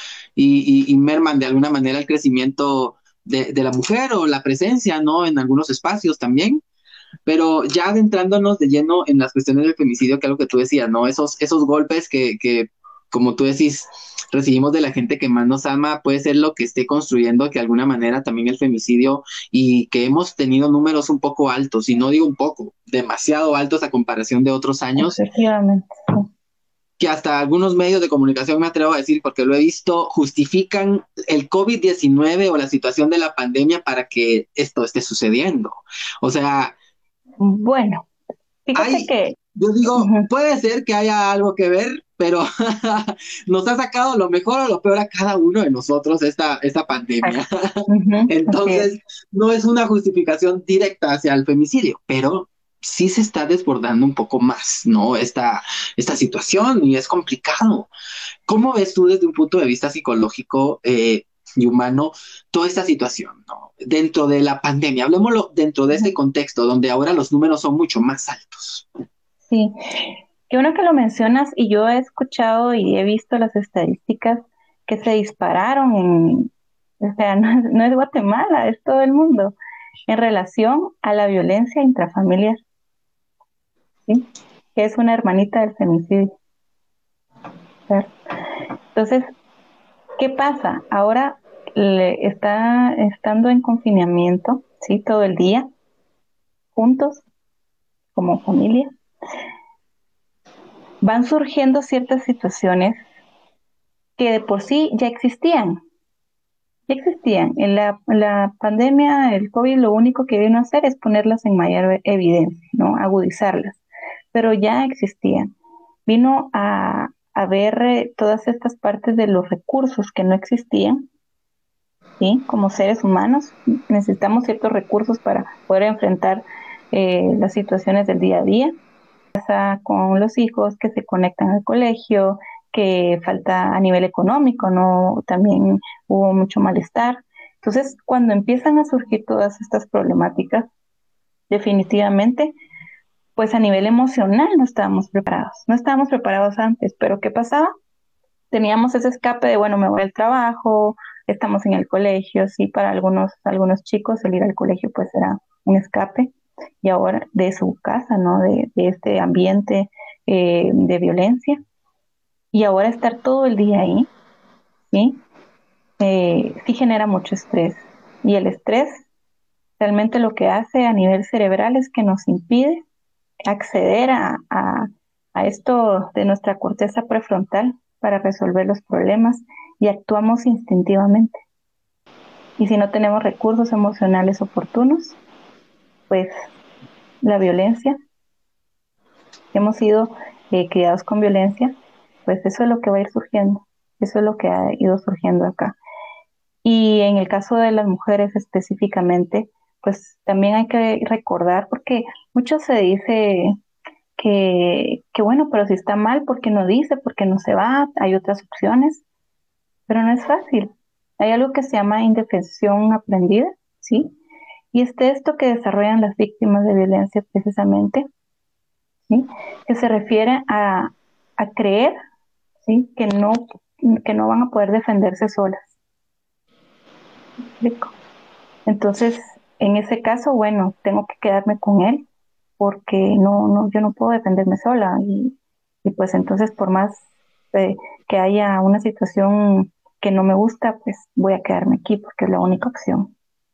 y merman de alguna manera el crecimiento de la mujer o la presencia, ¿no? En algunos espacios también. Pero ya adentrándonos de lleno en las cuestiones del femicidio, que es lo que tú decías, ¿no? Esos golpes que, como tú decís, recibimos de la gente que más nos ama, puede ser lo que esté construyendo que de alguna manera también el femicidio y que hemos tenido números un poco altos, y no digo un poco, demasiado altos a comparación de otros años, efectivamente, sí. que hasta algunos medios de comunicación, me atrevo a decir, porque lo he visto, justifican el COVID-19 o la situación de la pandemia para que esto esté sucediendo. O sea, Bueno, fíjate hay, que yo digo, ujú, puede ser que haya algo que ver, pero nos ha sacado lo mejor o lo peor a cada uno de nosotros esta pandemia. exacto, ujú, así es. Entonces, no es una justificación directa hacia el femicidio, pero sí se está desbordando un poco más, ¿no? Esta situación y es complicado. ¿Cómo ves tú desde un punto de vista psicológico y humano toda esta situación, ¿no? Dentro de la pandemia, hablemoslo dentro de este contexto donde ahora los números son mucho más altos. Sí, qué bueno que lo mencionas y yo he escuchado y he visto las estadísticas que se dispararon o sea, no es Guatemala, es todo el mundo, en relación a la violencia intrafamiliar, ¿sí? Que es una hermanita del femicidio. ¿Verdad? Entonces, ¿qué pasa? Ahora está estando en confinamiento, ¿sí? Todo el día, juntos, como familia, van surgiendo ciertas situaciones que de por sí ya existían. En la pandemia, el COVID, lo único que vino a hacer es ponerlas en mayor evidencia, ¿no? Agudizarlas, pero ya existían. Vino a ver todas estas partes de los recursos que no existían, ¿sí? Como seres humanos necesitamos ciertos recursos para poder enfrentar las situaciones del día a día, con los hijos que se conectan al colegio, que falta a nivel económico, ¿no? También hubo mucho malestar. Entonces, cuando empiezan a surgir todas estas problemáticas, definitivamente, pues a nivel emocional no estábamos preparados antes, pero ¿qué pasaba? Teníamos ese escape de, bueno, me voy al trabajo, estamos en el colegio, sí, para algunos chicos el ir al colegio pues era un escape, y ahora de su casa, ¿no? De este ambiente de violencia, y ahora estar todo el día ahí, ¿sí? Sí genera mucho estrés, y el estrés realmente lo que hace a nivel cerebral es que nos impide acceder a esto de nuestra corteza prefrontal para resolver los problemas y actuamos instintivamente. Y si no tenemos recursos emocionales oportunos, pues la violencia, hemos sido criados con violencia, pues eso es lo que va a ir surgiendo, eso es lo que ha ido surgiendo acá. Y en el caso de las mujeres específicamente, pues también hay que recordar, porque mucho se dice que bueno, pero si está mal, ¿por qué no dice? ¿Por qué no se va? Hay otras opciones, pero no es fácil. Hay algo que se llama indefensión aprendida, ¿sí? Y es esto que desarrollan las víctimas de violencia precisamente, ¿sí? Que se refiere a creer, ¿sí? Que no van a poder defenderse solas. ¿Me explico? Entonces, en ese caso, bueno, tengo que quedarme con él porque yo no puedo defenderme sola y pues entonces por más que haya una situación que no me gusta, pues voy a quedarme aquí porque es la única opción.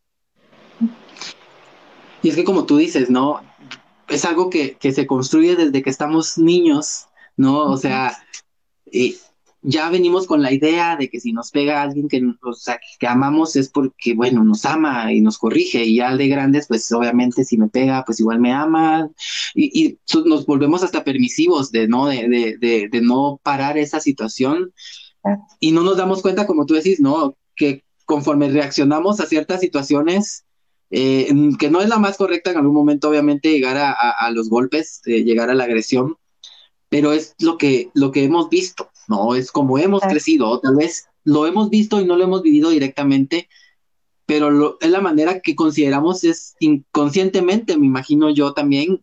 Y es que como tú dices, ¿no? Es algo que se construye desde que estamos niños, ¿no? O sea, eh, ya venimos con la idea de que si nos pega alguien que, o sea, que amamos es porque, bueno, nos ama y nos corrige. Y ya de grandes, pues obviamente si me pega, pues igual me ama. Nos volvemos hasta permisivos de no parar esa situación. Y no nos damos cuenta, como tú decís, ¿no? Que conforme reaccionamos a ciertas situaciones, que no es la más correcta en algún momento, obviamente, llegar a los golpes, llegar a la agresión, pero es lo que hemos visto, ¿no? Es como hemos crecido, o tal vez lo hemos visto y no lo hemos vivido directamente, pero es la manera que consideramos es inconscientemente, me imagino yo también,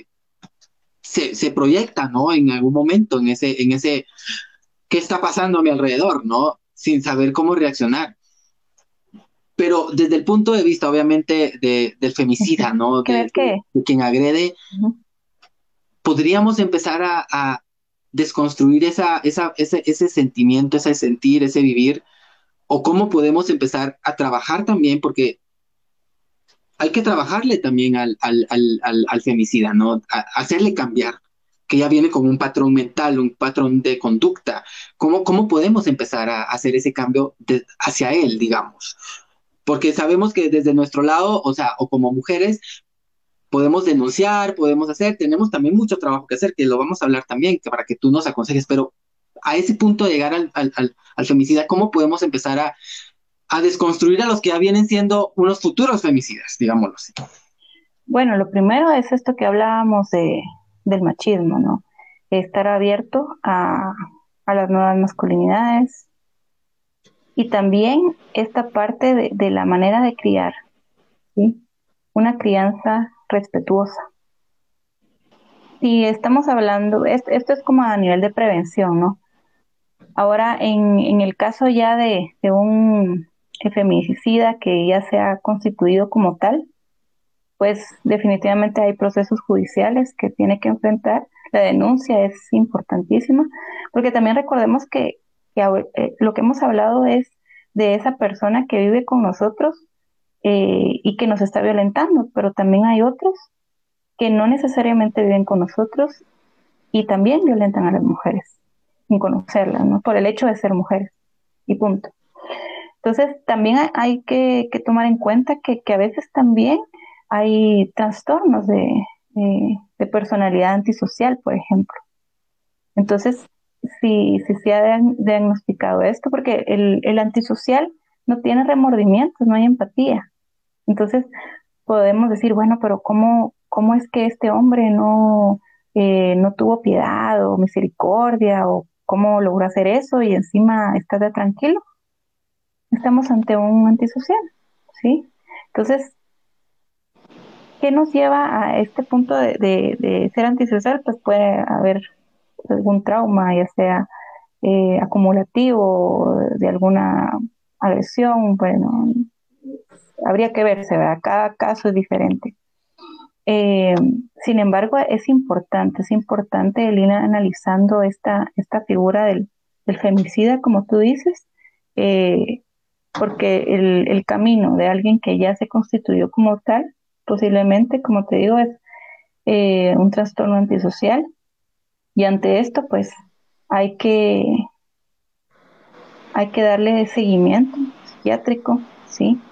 se proyecta, ¿no? En algún momento, en ese, ¿qué está pasando a mi alrededor, ¿no? Sin saber cómo reaccionar. Pero desde el punto de vista, obviamente, del femicida, ¿no? ¿Crees que? De quien agrede, podríamos empezar a desconstruir ese sentimiento, ese sentir, ese vivir, o cómo podemos empezar a trabajar también, porque hay que trabajarle también al femicida, ¿no? Hacerle cambiar, que ya viene con un patrón mental, un patrón de conducta. ¿Cómo podemos empezar a hacer ese cambio hacia él, digamos? Porque sabemos que desde nuestro lado, o sea, o como mujeres, podemos denunciar, podemos hacer, tenemos también mucho trabajo que hacer, que lo vamos a hablar también, que para que tú nos aconsejes, pero a ese punto de llegar al femicida, ¿cómo podemos empezar a desconstruir a los que ya vienen siendo unos futuros femicidas, digámoslo así? Bueno, lo primero es esto que hablábamos del machismo, ¿no? Estar abierto a las nuevas masculinidades y también esta parte de la manera de criar, ¿sí? Una crianza respetuosa. Si estamos hablando, esto es como a nivel de prevención, ¿no? Ahora, en el caso ya de un feminicida que ya se ha constituido como tal, pues definitivamente hay procesos judiciales que tiene que enfrentar. La denuncia es importantísima, porque también recordemos que lo que hemos hablado es de esa persona que vive con nosotros y que nos está violentando, pero también hay otros que no necesariamente viven con nosotros y también violentan a las mujeres, sin conocerlas, ¿no? Por el hecho de ser mujeres, y punto. Entonces, también hay que tomar en cuenta que a veces también hay trastornos de personalidad antisocial, por ejemplo. Entonces, si se ha diagnosticado esto, porque el antisocial no tiene remordimientos, no hay empatía. Entonces, podemos decir, bueno, pero ¿cómo es que este hombre no tuvo piedad o misericordia o cómo logró hacer eso y encima está de tranquilo? Estamos ante un antisocial, ¿sí? Entonces, ¿qué nos lleva a este punto de ser antisocial? Pues puede haber algún trauma, ya sea acumulativo, de alguna agresión, bueno, habría que verse, ¿verdad? Cada caso es diferente. Eh, Sin embargo, es importante el ir analizando esta figura del femicida, como tú dices, porque el camino de alguien que ya se constituyó como tal, posiblemente, como te digo, es un trastorno antisocial, y ante esto, pues, hay que, hay que darle seguimiento psiquiátrico, ¿sí?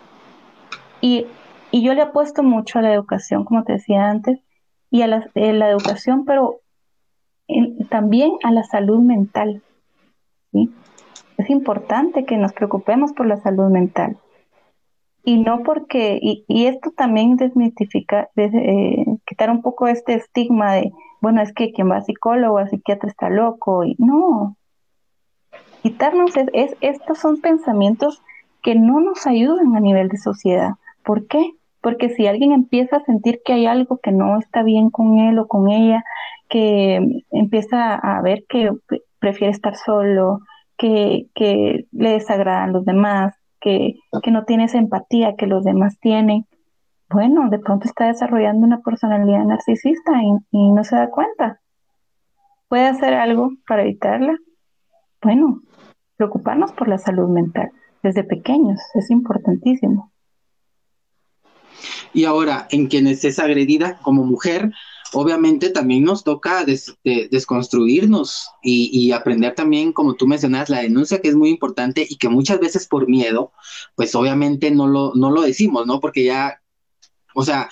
Y yo le apuesto mucho a la educación, como te decía antes, y a la educación, pero también a la salud mental, ¿sí? Es importante que nos preocupemos por la salud mental. Y no porque, y esto también desmitifica, quitar un poco este estigma de, bueno, es que quien va a psicólogo o a psiquiatra está loco, y no, quitarnos, estos son pensamientos que no nos ayudan a nivel de sociedad. ¿Por qué? Porque si alguien empieza a sentir que hay algo que no está bien con él o con ella, que empieza a ver que prefiere estar solo, que le desagradan los demás, que no tiene esa empatía que los demás tienen, bueno, de pronto está desarrollando una personalidad narcisista y no se da cuenta. ¿Puede hacer algo para evitarla? Bueno, preocuparnos por la salud mental desde pequeños es importantísimo. Y ahora, en quienes es agredida como mujer, obviamente también nos toca desconstruirnos y aprender también, como tú mencionas, la denuncia, que es muy importante y que muchas veces por miedo, pues obviamente no lo decimos, ¿no? Porque ya, o sea,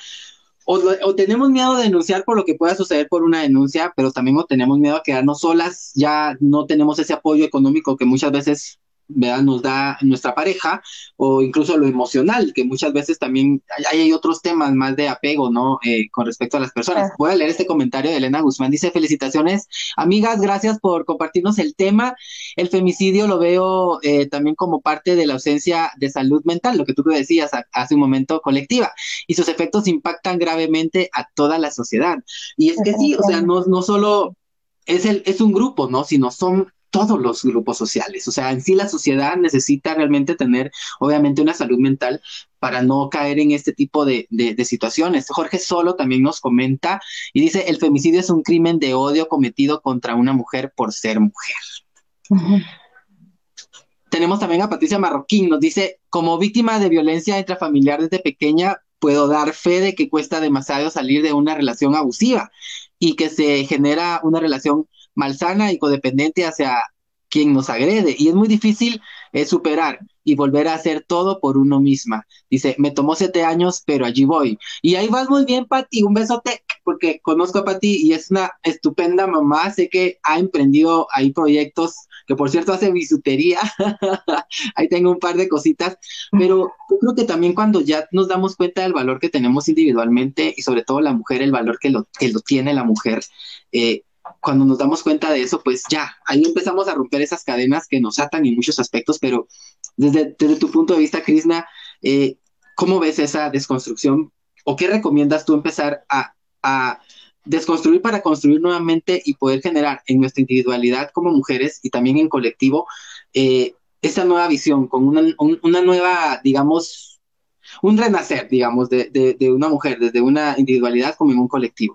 o tenemos miedo de denunciar por lo que pueda suceder por una denuncia, pero también o tenemos miedo a quedarnos solas, ya no tenemos ese apoyo económico que muchas veces, ¿verdad?, nos da nuestra pareja, o incluso lo emocional, que muchas veces también hay otros temas más de apego, ¿no? Con respecto a las personas. Voy a leer este comentario de Elena Guzmán, dice: felicitaciones, amigas, gracias por compartirnos el tema. El femicidio lo veo también como parte de la ausencia de salud mental, lo que tú decías hace un momento, colectiva, y sus efectos impactan gravemente a toda la sociedad. Y es que sí, o sea, no solo es un grupo, ¿no? Sino son todos los grupos sociales. O sea, en sí la sociedad necesita realmente tener, obviamente, una salud mental para no caer en este tipo de situaciones. Jorge Solo también nos comenta y dice: el femicidio es un crimen de odio cometido contra una mujer por ser mujer. Uh-huh. Tenemos también a Patricia Marroquín, nos dice: como víctima de violencia intrafamiliar desde pequeña, puedo dar fe de que cuesta demasiado salir de una relación abusiva y que se genera una relación malsana y codependiente hacia quien nos agrede, y es muy difícil superar y volver a hacer todo por uno misma. Dice: me tomó 7 años, pero allí voy. Y ahí vas muy bien, Pati, un besote, porque conozco a Pati y es una estupenda mamá. Sé que ha emprendido ahí proyectos, que por cierto hace bisutería. Ahí tengo un par de cositas, pero yo creo que también cuando ya nos damos cuenta del valor que tenemos individualmente, y sobre todo la mujer, el valor que lo tiene la mujer, cuando nos damos cuenta de eso, pues ya, ahí empezamos a romper esas cadenas que nos atan en muchos aspectos. Pero desde tu punto de vista, Krishna, ¿cómo ves esa desconstrucción? ¿O qué recomiendas tú empezar a desconstruir para construir nuevamente y poder generar en nuestra individualidad como mujeres y también en colectivo esa nueva visión, con una nueva, digamos, un renacer, digamos, de una mujer, desde una individualidad como en un colectivo?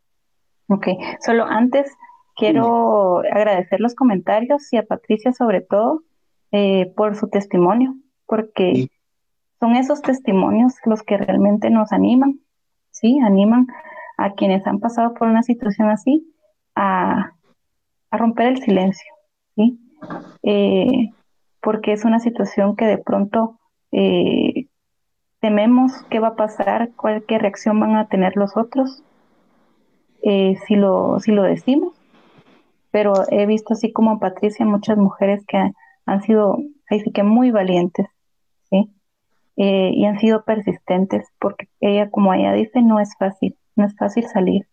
Ok, solo antes quiero agradecer los comentarios y a Patricia sobre todo por su testimonio, porque son esos testimonios los que realmente nos animan, ¿sí? Animan a quienes han pasado por una situación así a romper el silencio, ¿sí? Porque es una situación que de pronto tememos qué va a pasar, qué reacción van a tener los otros. Si lo decimos, pero he visto así como Patricia, muchas mujeres que han sido, ahí sí que muy valientes, ¿sí? Y han sido persistentes, porque ella, como ella dice, no es fácil salir.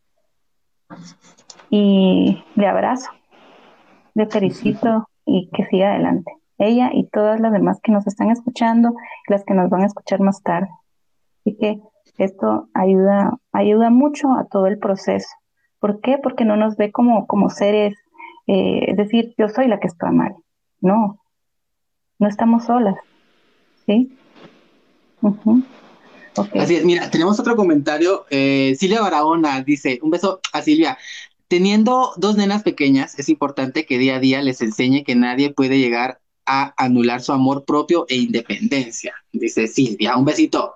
Y le abrazo, le felicito y que siga adelante. Ella y todas las demás que nos están escuchando, las que nos van a escuchar más tarde. Así que esto ayuda mucho a todo el proceso. ¿Por qué? Porque no nos ve como seres, es decir, yo soy la que está mal. No estamos solas, ¿sí? Uh-huh. Okay. Así es, mira, tenemos otro comentario. Silvia Barahona dice: un beso a Silvia. Teniendo 2 nenas pequeñas, es importante que día a día les enseñe que nadie puede llegar a anular su amor propio e independencia. Dice Silvia, un besito.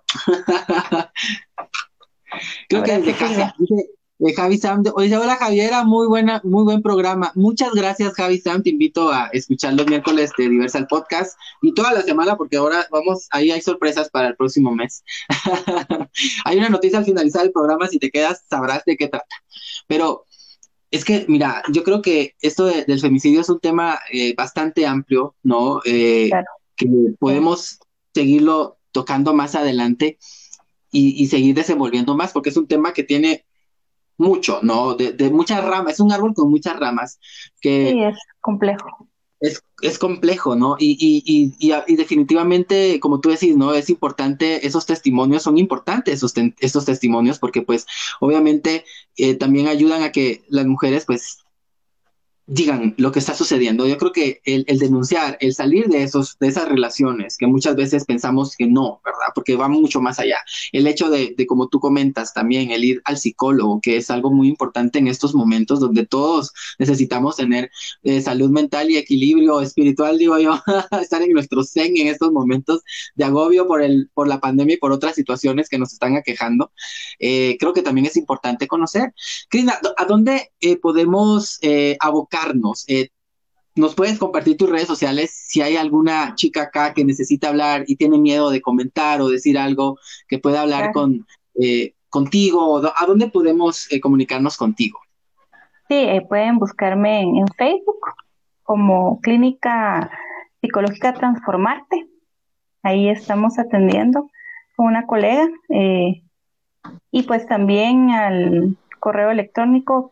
Creo que desde casa. Dice Javi Sam, dice: hola Javiera, muy buen programa. Muchas gracias, Javi Sam. Te invito a escuchar los miércoles de Diversal Podcast y toda la semana, porque ahora ahí hay sorpresas para el próximo mes. Hay una noticia al finalizar el programa, si te quedas sabrás de qué trata. Pero es que, mira, yo creo que esto del femicidio es un tema bastante amplio, ¿no? Claro. Que podemos seguirlo tocando más adelante y seguir desenvolviendo más, porque es un tema que tiene mucho, ¿no? De muchas ramas, es un árbol con muchas ramas Sí, que es complejo. es complejo, ¿no? Y definitivamente, como tú decís, ¿no? Es importante, esos testimonios son importantes, estos testimonios, porque pues obviamente también ayudan a que las mujeres pues digan lo que está sucediendo. Yo creo que el denunciar, el salir de esas relaciones que muchas veces pensamos que no, ¿verdad? Porque va mucho más allá. El hecho como tú comentas también, el ir al psicólogo, que es algo muy importante en estos momentos donde todos necesitamos tener salud mental y equilibrio espiritual, digo yo, estar en nuestro zen en estos momentos de agobio por la pandemia y por otras situaciones que nos están aquejando. Creo que también es importante conocer. Krishna, ¿a dónde podemos abocarnos? ¿Nos puedes compartir tus redes sociales si hay alguna chica acá que necesita hablar y tiene miedo de comentar o decir algo que pueda hablar Claro. contigo? ¿A dónde podemos comunicarnos contigo? Sí, pueden buscarme en Facebook como Clínica Psicológica Transformarte. Ahí estamos atendiendo con una colega. Y pues también al correo electrónico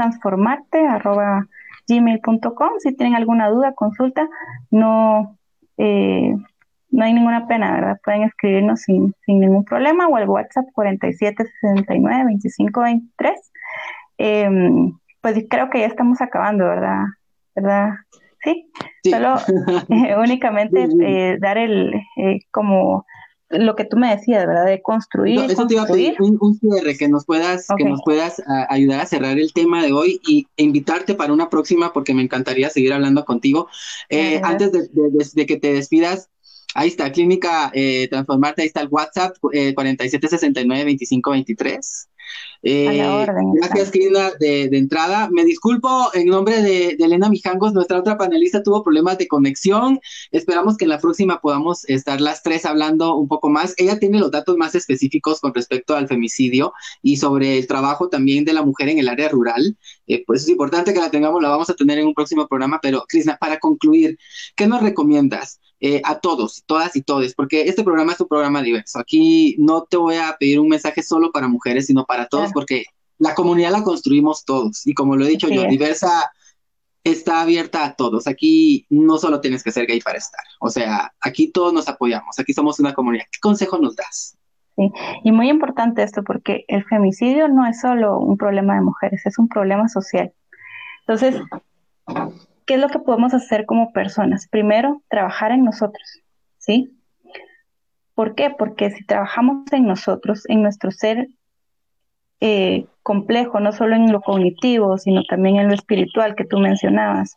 captransformarte@gmail.com. Si tienen alguna duda, consulta, no, no hay ninguna pena, ¿verdad? Pueden escribirnos sin ningún problema o al WhatsApp 4769-2523. Eh, pues creo que ya estamos acabando, ¿verdad? ¿Verdad? Sí, Sí. solo únicamente dar como lo que tú me decías, ¿verdad? De construir y Eso te iba a pedir, construir. un cierre, que nos Ok, puedas ayudar a cerrar el tema de hoy e invitarte para una próxima porque me encantaría seguir hablando contigo. dale, Antes gracias. de que te despidas, ahí está, Clínica Transformarte, ahí está el WhatsApp 4769-2523. A la orden Gracias, estamos. Krina, de entrada. Me disculpo en nombre de Elena Mijangos, nuestra otra panelista tuvo problemas de conexión. Esperamos que en la próxima podamos estar las tres hablando un poco más. Ella tiene los datos más específicos con respecto al femicidio y sobre el trabajo también de la mujer en el área rural. Pues es importante que la tengamos, la vamos a tener en un próximo programa. Pero, Krishna, para concluir, ¿qué nos recomiendas? A todos, todas y todes, porque este programa es un programa diverso. Aquí no te voy a pedir un mensaje solo para mujeres, sino para todos, Claro, porque la comunidad la construimos todos. Y como lo he dicho así yo, es. diversa está abierta a todos. Aquí no solo tienes que ser gay para estar. O sea, aquí todos nos apoyamos. Aquí somos una comunidad. ¿Qué consejo nos das? Sí. Y muy importante esto porque el femicidio no es solo un problema de mujeres, es un problema social. Entonces, ¿qué es lo que podemos hacer como personas? Primero, trabajar en nosotros, ¿sí? ¿Por qué? Porque si trabajamos en nosotros, en nuestro ser complejo, no solo en lo cognitivo, sino también en lo espiritual que tú mencionabas,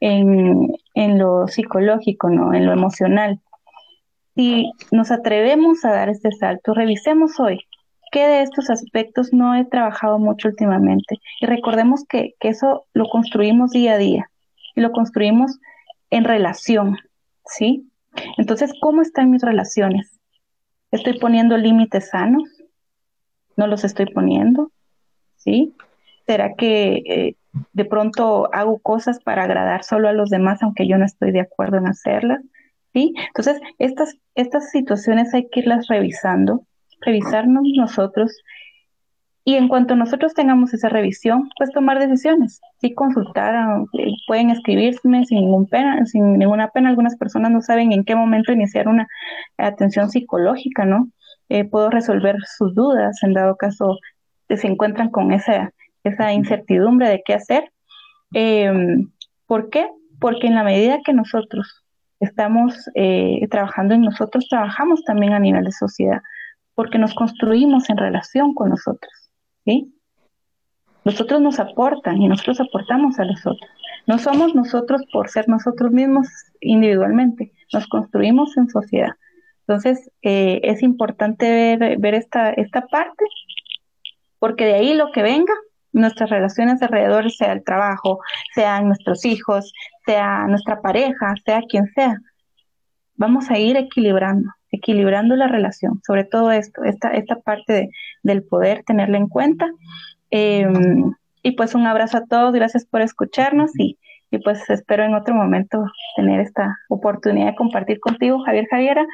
en lo psicológico, ¿no? En lo emocional. Si nos atrevemos a dar este salto, revisemos hoy qué de estos aspectos no he trabajado mucho últimamente. Y recordemos que eso lo construimos día a día y lo construimos en relación, ¿sí? Entonces, ¿cómo están mis relaciones? ¿Estoy poniendo límites sanos? ¿No los estoy poniendo? ¿Sí? ¿Será que de pronto hago cosas para agradar solo a los demás, aunque yo no estoy de acuerdo en hacerlas? ¿Sí? Entonces, estas situaciones hay que irlas revisando, revisarnos nosotros y en cuanto nosotros tengamos esa revisión, pues tomar decisiones, sí consultar, pueden escribirme sin ninguna pena. Algunas personas no saben en qué momento iniciar una atención psicológica, ¿no? Puedo resolver sus dudas en dado caso se encuentran con esa incertidumbre de qué hacer. Eh, ¿Por qué? Porque en la medida que nosotros estamos trabajando en nosotros, trabajamos también a nivel de sociedad, porque nos construimos en relación con nosotros, ¿sí? Los otros nos aportan y nosotros aportamos a los otros. No somos nosotros por ser nosotros mismos individualmente, nos construimos en sociedad. Entonces, es importante ver esta parte, porque de ahí lo que venga, nuestras relaciones alrededor, sea el trabajo, sean nuestros hijos, sea nuestra pareja, sea quien sea, vamos a ir equilibrando la relación, sobre todo esta parte del poder tenerla en cuenta. Eh, y pues un abrazo a todos, gracias por escucharnos y pues espero en otro momento tener esta oportunidad de compartir contigo, Javiera,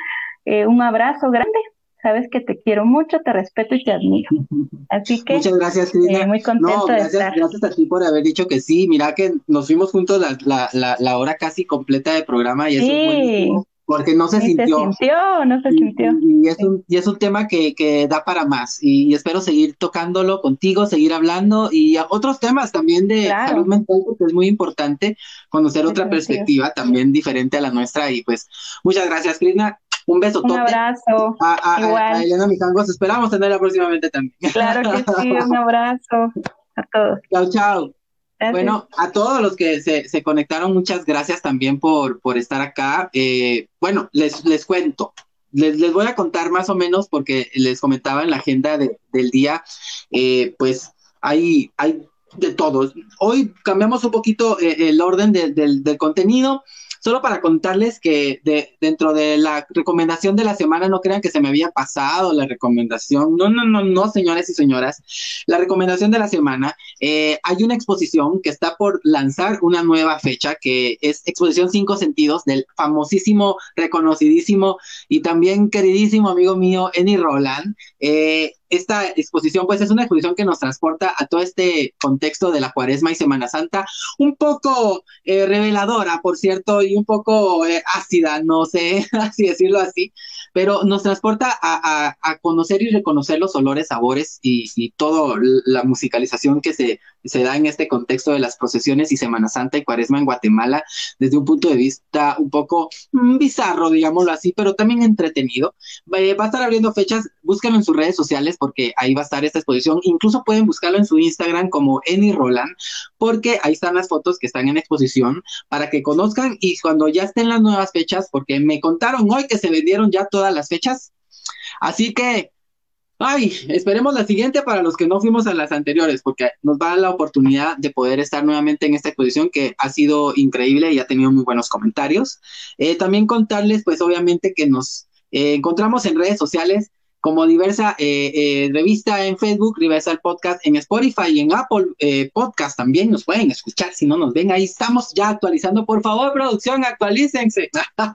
un abrazo grande. Sabes que te quiero mucho, te respeto y te admiro. Así que Muchas gracias, Trina. muy contenta de estar. Gracias a ti por haber dicho que sí. Mira que nos fuimos juntos la hora casi completa de programa y eso es Sí, buenísimo porque no se ni se sintió. sintió, no se sintió. Y es un tema que da para más y espero seguir tocándolo contigo, seguir hablando y otros temas también de Claro, salud mental porque es muy importante conocer otra definitivo. perspectiva también diferente a la nuestra y pues muchas gracias, Krishna. Un beso Un abrazo, a igual. Elena Mijangos. Esperamos tenerla próximamente también. Claro que sí, un abrazo a todos. Chao, chao. Gracias. Bueno, a todos los que se conectaron, muchas gracias también por estar acá. Bueno, les cuento. Les voy a contar más o menos porque les comentaba en la agenda del día, pues hay de todo. Hoy cambiamos un poquito el orden del contenido, solo para contarles que dentro de la recomendación de la semana, no crean que se me había pasado la recomendación. No, señores y señoras. La recomendación de la semana, hay una exposición que está por lanzar una nueva fecha, que es Exposición Cinco Sentidos, del famosísimo, reconocidísimo y también queridísimo amigo mío, Eni Roland. Esta exposición, pues es una exposición que nos transporta a todo este contexto de la Cuaresma y Semana Santa, un poco reveladora, por cierto, y un poco ácida, no sé así decirlo así, pero nos transporta a conocer y reconocer los olores, sabores y toda la musicalización que se da en este contexto de las procesiones y Semana Santa y Cuaresma en Guatemala, desde un punto de vista un poco bizarro, digámoslo así, pero también entretenido. Va a estar abriendo fechas, búsquenlo en sus redes sociales porque ahí va a estar esta exposición. Incluso pueden buscarlo en su Instagram como Eni Roland, porque ahí están las fotos que están en exposición para que conozcan y cuando ya estén las nuevas fechas, porque me contaron hoy que se vendieron ya todas las fechas. Así que, esperemos la siguiente para los que no fuimos a las anteriores, porque nos va a dar la oportunidad de poder estar nuevamente en esta exposición que ha sido increíble y ha tenido muy buenos comentarios. También contarles, pues obviamente que nos encontramos en redes sociales como Diversa Revista en Facebook, Diversa el Podcast en Spotify y en Apple Podcast también nos pueden escuchar si no nos ven. Ahí estamos ya actualizando. Por favor, producción, actualícense.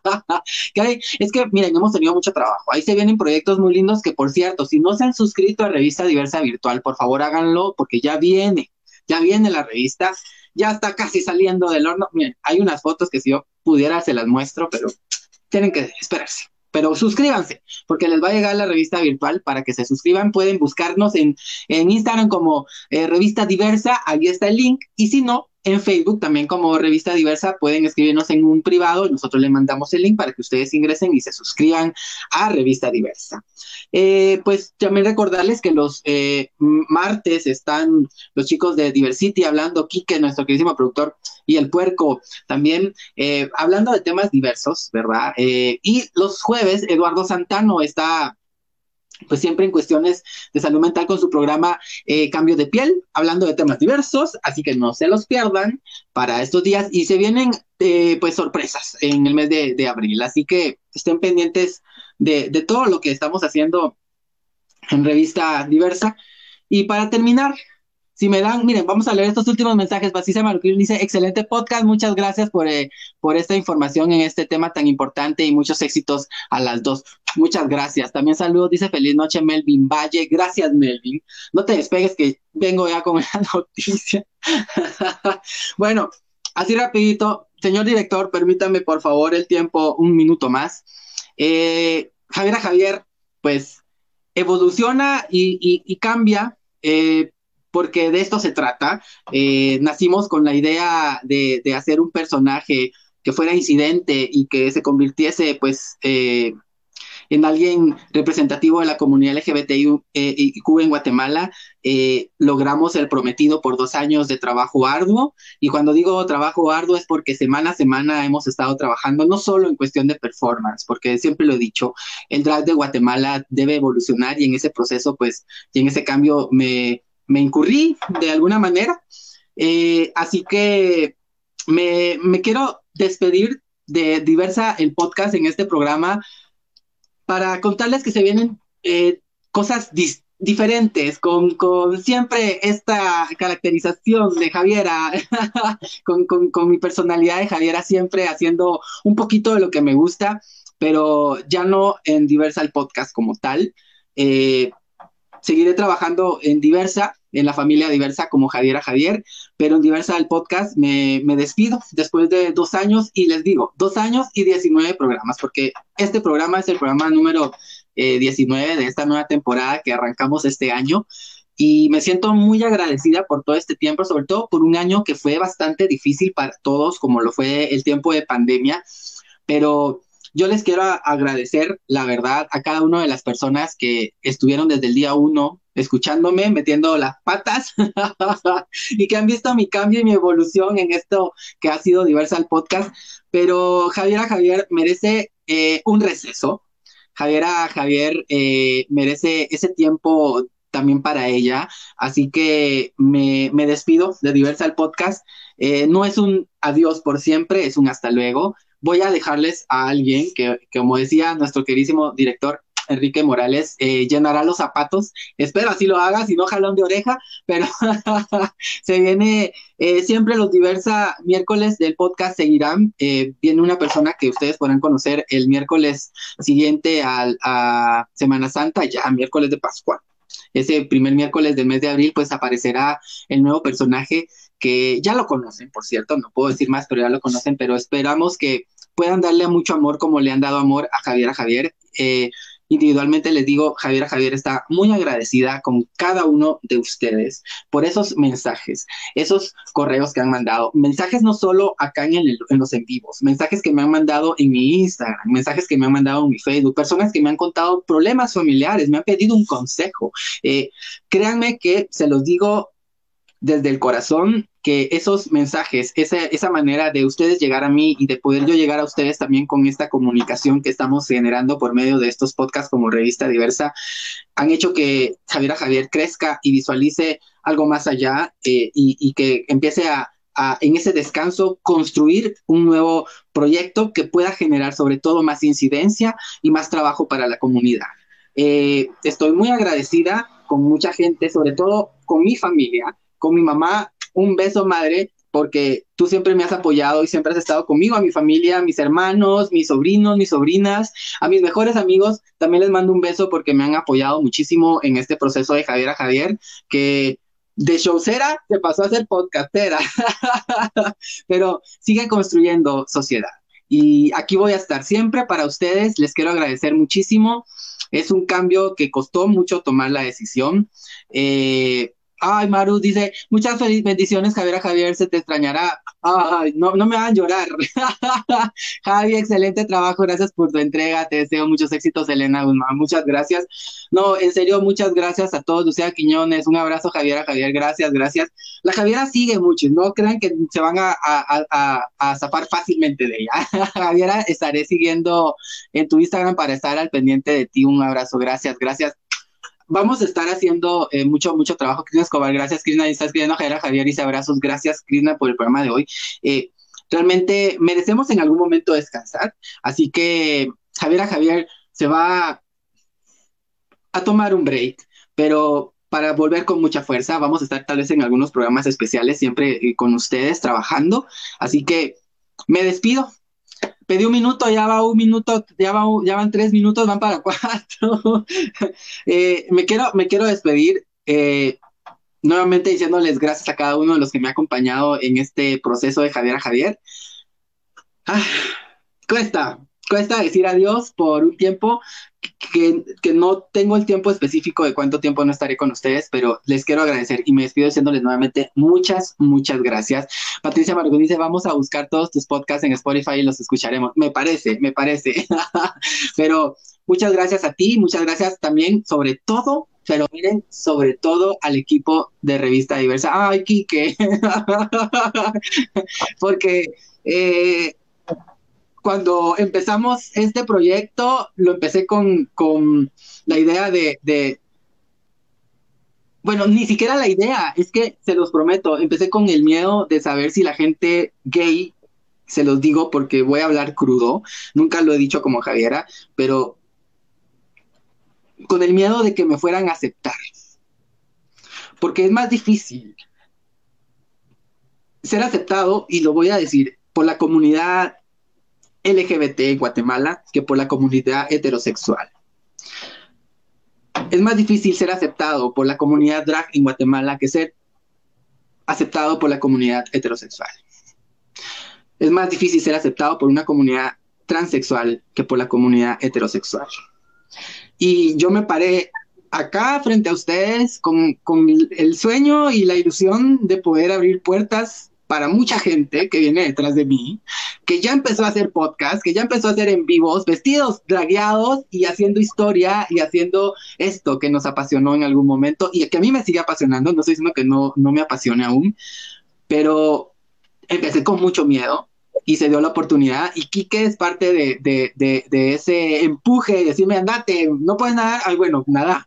Es que, miren, hemos tenido mucho trabajo. Ahí se vienen proyectos muy lindos que, por cierto, si no se han suscrito a Revista Diversa Virtual, por favor háganlo porque ya viene la revista. Ya está casi saliendo del horno. Miren, hay unas fotos que si yo pudiera se las muestro, pero tienen que esperarse. Pero suscríbanse, porque les va a llegar la revista virtual. Para que se suscriban pueden buscarnos en Instagram como Revista Diversa, ahí está el link, y si no, en Facebook también como Revista Diversa, pueden escribirnos en un privado y nosotros les mandamos el link para que ustedes ingresen y se suscriban a Revista Diversa. Pues también recordarles que los martes están los chicos de Diversity hablando, Quique, nuestro queridísimo productor, y el Puerco también hablando de temas diversos, ¿verdad? Y los jueves Eduardo Santano está pues siempre en cuestiones de salud mental con su programa Cambio de Piel, hablando de temas diversos, así que no se los pierdan para estos días y se vienen pues sorpresas en el mes de abril, así que estén pendientes de todo lo que estamos haciendo en Revista Diversa. Y para terminar, si me dan, miren, vamos a leer estos últimos mensajes. Patricia Maruquín dice, excelente podcast, muchas gracias por esta información en este tema tan importante y muchos éxitos a las dos. Muchas gracias. También saludos, dice feliz noche Melvin Valle. Gracias, Melvin. No te despegues que vengo ya con la noticia. Bueno, así rapidito. Señor director, permítame por favor el tiempo, un minuto más. Javier, pues evoluciona y cambia, porque de esto se trata. Nacimos con la idea de hacer un personaje que fuera incidente y que se convirtiese pues en alguien representativo de la comunidad LGBTIQ en Guatemala. Logramos el prometido por 2 años de trabajo arduo, y cuando digo trabajo arduo es porque semana a semana hemos estado trabajando, no solo en cuestión de performance, porque siempre lo he dicho, el drag de Guatemala debe evolucionar, y en ese proceso pues, y en ese cambio me incurrí de alguna manera. Así que me quiero despedir de Diversa el podcast en este programa para contarles que se vienen cosas diferentes, con siempre esta caracterización de Javiera, con mi personalidad de Javiera, siempre haciendo un poquito de lo que me gusta, pero ya no en Diversa el podcast como tal. Seguiré trabajando en Diversa, en la familia Diversa como Javiera Javier, pero en Diversa el podcast me despido después de 2 años y les digo, 2 años y 19 programas, porque este programa es el programa número 19 de esta nueva temporada que arrancamos este año y me siento muy agradecida por todo este tiempo, sobre todo por un año que fue bastante difícil para todos, como lo fue el tiempo de pandemia, pero yo les quiero agradecer, la verdad, a cada una de las personas que estuvieron desde el día uno escuchándome, metiendo las patas y que han visto mi cambio y mi evolución en esto que ha sido Diversal Podcast. Pero Javiera Javier merece un receso. Javiera Javier merece ese tiempo también para ella. Así que me despido de Diversal Podcast. No es un adiós por siempre, es un hasta luego. Voy a dejarles a alguien que, como decía nuestro queridísimo director Enrique Morales, llenará los zapatos. Espero así lo haga, si no jalón de oreja, pero se viene siempre los Diversa miércoles del podcast seguirán. Viene una persona que ustedes podrán conocer el miércoles siguiente a Semana Santa, ya miércoles de Pascua. Ese primer miércoles del mes de abril, pues aparecerá el nuevo personaje que ya lo conocen, por cierto, no puedo decir más, pero ya lo conocen, pero esperamos que puedan darle mucho amor como le han dado amor a Javiera Javier. Individualmente les digo, Javiera Javier está muy agradecida con cada uno de ustedes por esos mensajes, esos correos que han mandado, mensajes no solo acá en los en vivos, mensajes que me han mandado en mi Instagram, mensajes que me han mandado en mi Facebook, personas que me han contado problemas familiares, me han pedido un consejo. Créanme que se los digo desde el corazón, que esos mensajes, esa manera de ustedes llegar a mí y de poder yo llegar a ustedes también con esta comunicación que estamos generando por medio de estos podcasts como Revista Diversa, han hecho que Javiera Javier crezca y visualice algo más allá y que empiece en ese descanso construir un nuevo proyecto que pueda generar sobre todo más incidencia y más trabajo para la comunidad. Estoy muy agradecida con mucha gente, sobre todo con mi familia, con mi mamá. Un beso, madre, porque tú siempre me has apoyado y siempre has estado conmigo, a mi familia, a mis hermanos, mis sobrinos, mis sobrinas, a mis mejores amigos. También les mando un beso porque me han apoyado muchísimo en este proceso de Javiera Javier, que de showcera se pasó a ser podcastera, pero sigue construyendo sociedad. Y aquí voy a estar siempre para ustedes. Les quiero agradecer muchísimo. Es un cambio que costó mucho tomar la decisión. Ay, Maru dice, muchas bendiciones, Javiera Javier, se te extrañará. Ay, no me hagan llorar. Javi, excelente trabajo, gracias por tu entrega, te deseo muchos éxitos, Elena Guzmán, muchas gracias. No, en serio, muchas gracias a todos, Lucía Quiñones, un abrazo, Javiera Javier, gracias, gracias. La Javiera sigue mucho, no crean que se van a zafar fácilmente de ella. Javiera, estaré siguiendo en tu Instagram para estar al pendiente de ti, un abrazo, gracias, gracias. Vamos a estar haciendo mucho trabajo. Krishna Escobar, gracias, Krishna, y está escribiendo a Javiera Javier, dice abrazos, gracias, Krishna, por el programa de hoy. Realmente merecemos en algún momento descansar, así que Javiera Javier se va a tomar un break, pero para volver con mucha fuerza. Vamos a estar tal vez en algunos programas especiales, siempre con ustedes trabajando, así que me despido. Pedí un minuto, ya va un minuto, ya van 3 minutos, van para 4. Me quiero despedir nuevamente diciéndoles gracias a cada uno de los que me ha acompañado en este proceso de Javiera Javier. Cuesta decir adiós por un tiempo que no tengo el tiempo específico de cuánto tiempo no estaré con ustedes, pero les quiero agradecer y me despido diciéndoles nuevamente muchas gracias. Patricia Margón dice, vamos a buscar todos tus podcasts en Spotify y los escucharemos. Me parece, pero muchas gracias a ti, muchas gracias también, sobre todo, pero miren, sobre todo al equipo de Revista Diversa. Ay, Quique, porque cuando empezamos este proyecto, lo empecé con la idea bueno, ni siquiera la idea, es que se los prometo, empecé con el miedo de saber si la gente gay, se los digo porque voy a hablar crudo, nunca lo he dicho como Javiera, pero con el miedo de que me fueran a aceptar, porque es más difícil ser aceptado, y lo voy a decir, por la comunidad LGBT en Guatemala que por la comunidad heterosexual. Es más difícil ser aceptado por la comunidad drag en Guatemala que ser aceptado por la comunidad heterosexual. Es más difícil ser aceptado por una comunidad transexual que por la comunidad heterosexual. Y yo me paré acá frente a ustedes con el sueño y la ilusión de poder abrir puertas para mucha gente que viene detrás de mí, que ya empezó a hacer podcast, que ya empezó a hacer en vivos, vestidos dragueados y haciendo historia y haciendo esto que nos apasionó en algún momento y que a mí me sigue apasionando. No estoy diciendo que no me apasione aún, pero empecé con mucho miedo y se dio la oportunidad y Quique es parte de ese empuje de decirme, andate, no puedes nadar, ay bueno, nada.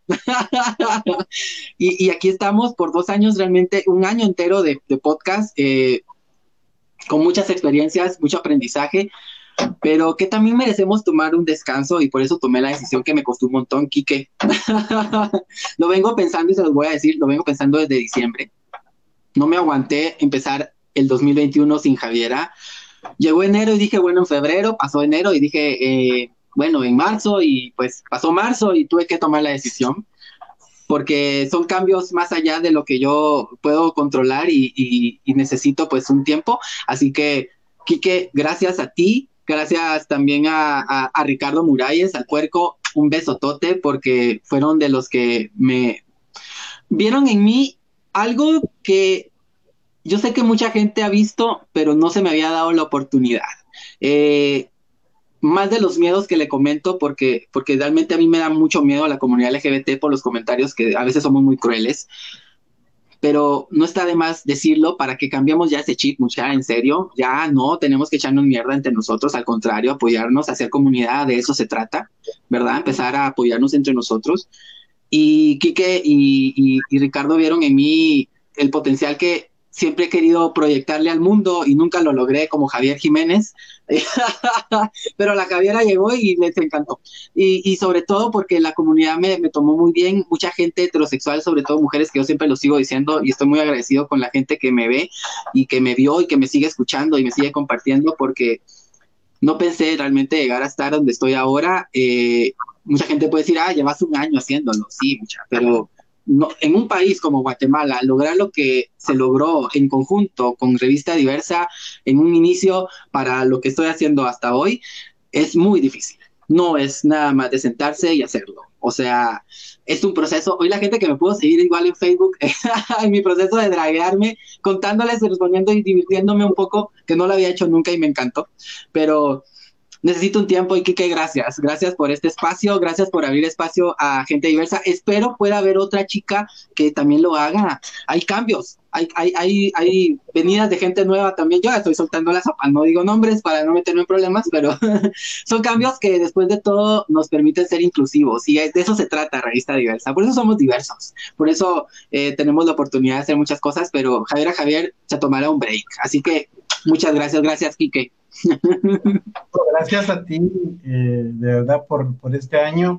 y aquí estamos por 2 años, realmente un año entero de podcast, con muchas experiencias, mucho aprendizaje, pero que también merecemos tomar un descanso y por eso tomé la decisión que me costó un montón, Quique. Lo vengo pensando y se los voy a decir, lo vengo pensando desde diciembre. No me aguanté empezar el 2021 sin Javiera. Llegó enero y dije, bueno, en febrero, pasó enero y dije, bueno, en marzo y pues pasó marzo y tuve que tomar la decisión porque son cambios más allá de lo que yo puedo controlar y necesito pues un tiempo. Así que, Quique, gracias a ti, gracias también a Ricardo Muralles, al Puerco, un besotote porque fueron de los que me vieron en mí algo que yo sé que mucha gente ha visto, pero no se me había dado la oportunidad. Más de los miedos que le comento, porque realmente a mí me da mucho miedo a la comunidad LGBT por los comentarios que a veces somos muy crueles, pero no está de más decirlo para que cambiemos ya ese chip, mucha, en serio, ya no tenemos que echarnos mierda entre nosotros, al contrario, apoyarnos, hacer comunidad, de eso se trata, ¿verdad? Empezar a apoyarnos entre nosotros. Y Quique y Ricardo vieron en mí el potencial que siempre he querido proyectarle al mundo y nunca lo logré como Javier Jiménez, pero la Javiera llegó y les encantó. Y sobre todo porque la comunidad me tomó muy bien, mucha gente heterosexual, sobre todo mujeres, que yo siempre lo sigo diciendo y estoy muy agradecido con la gente que me ve y que me vio y que me sigue escuchando y me sigue compartiendo porque no pensé realmente llegar a estar donde estoy ahora. Mucha gente puede decir, llevas un año haciéndolo, sí, pero no, en un país como Guatemala, lograr lo que se logró en conjunto con Revista Diversa en un inicio para lo que estoy haciendo hasta hoy, es muy difícil. No es nada más de sentarse y hacerlo. O sea, es un proceso. Hoy la gente que me pudo seguir igual en Facebook, en mi proceso de draguearme, contándoles, respondiendo y divirtiéndome un poco, que no lo había hecho nunca y me encantó. Pero necesito un tiempo y Quique, gracias por este espacio, gracias por abrir espacio a gente diversa. Espero pueda haber otra chica que también lo haga. Hay cambios, hay venidas de gente nueva también. Yo ya estoy soltando la sopa, no digo nombres para no meterme en problemas, pero son cambios que después de todo nos permiten ser inclusivos y de eso se trata Revista Diversa. Por eso somos diversos, por eso tenemos la oportunidad de hacer muchas cosas, pero Javier se tomará un break. Así que muchas gracias, Quique. Gracias a ti, de verdad, por este año.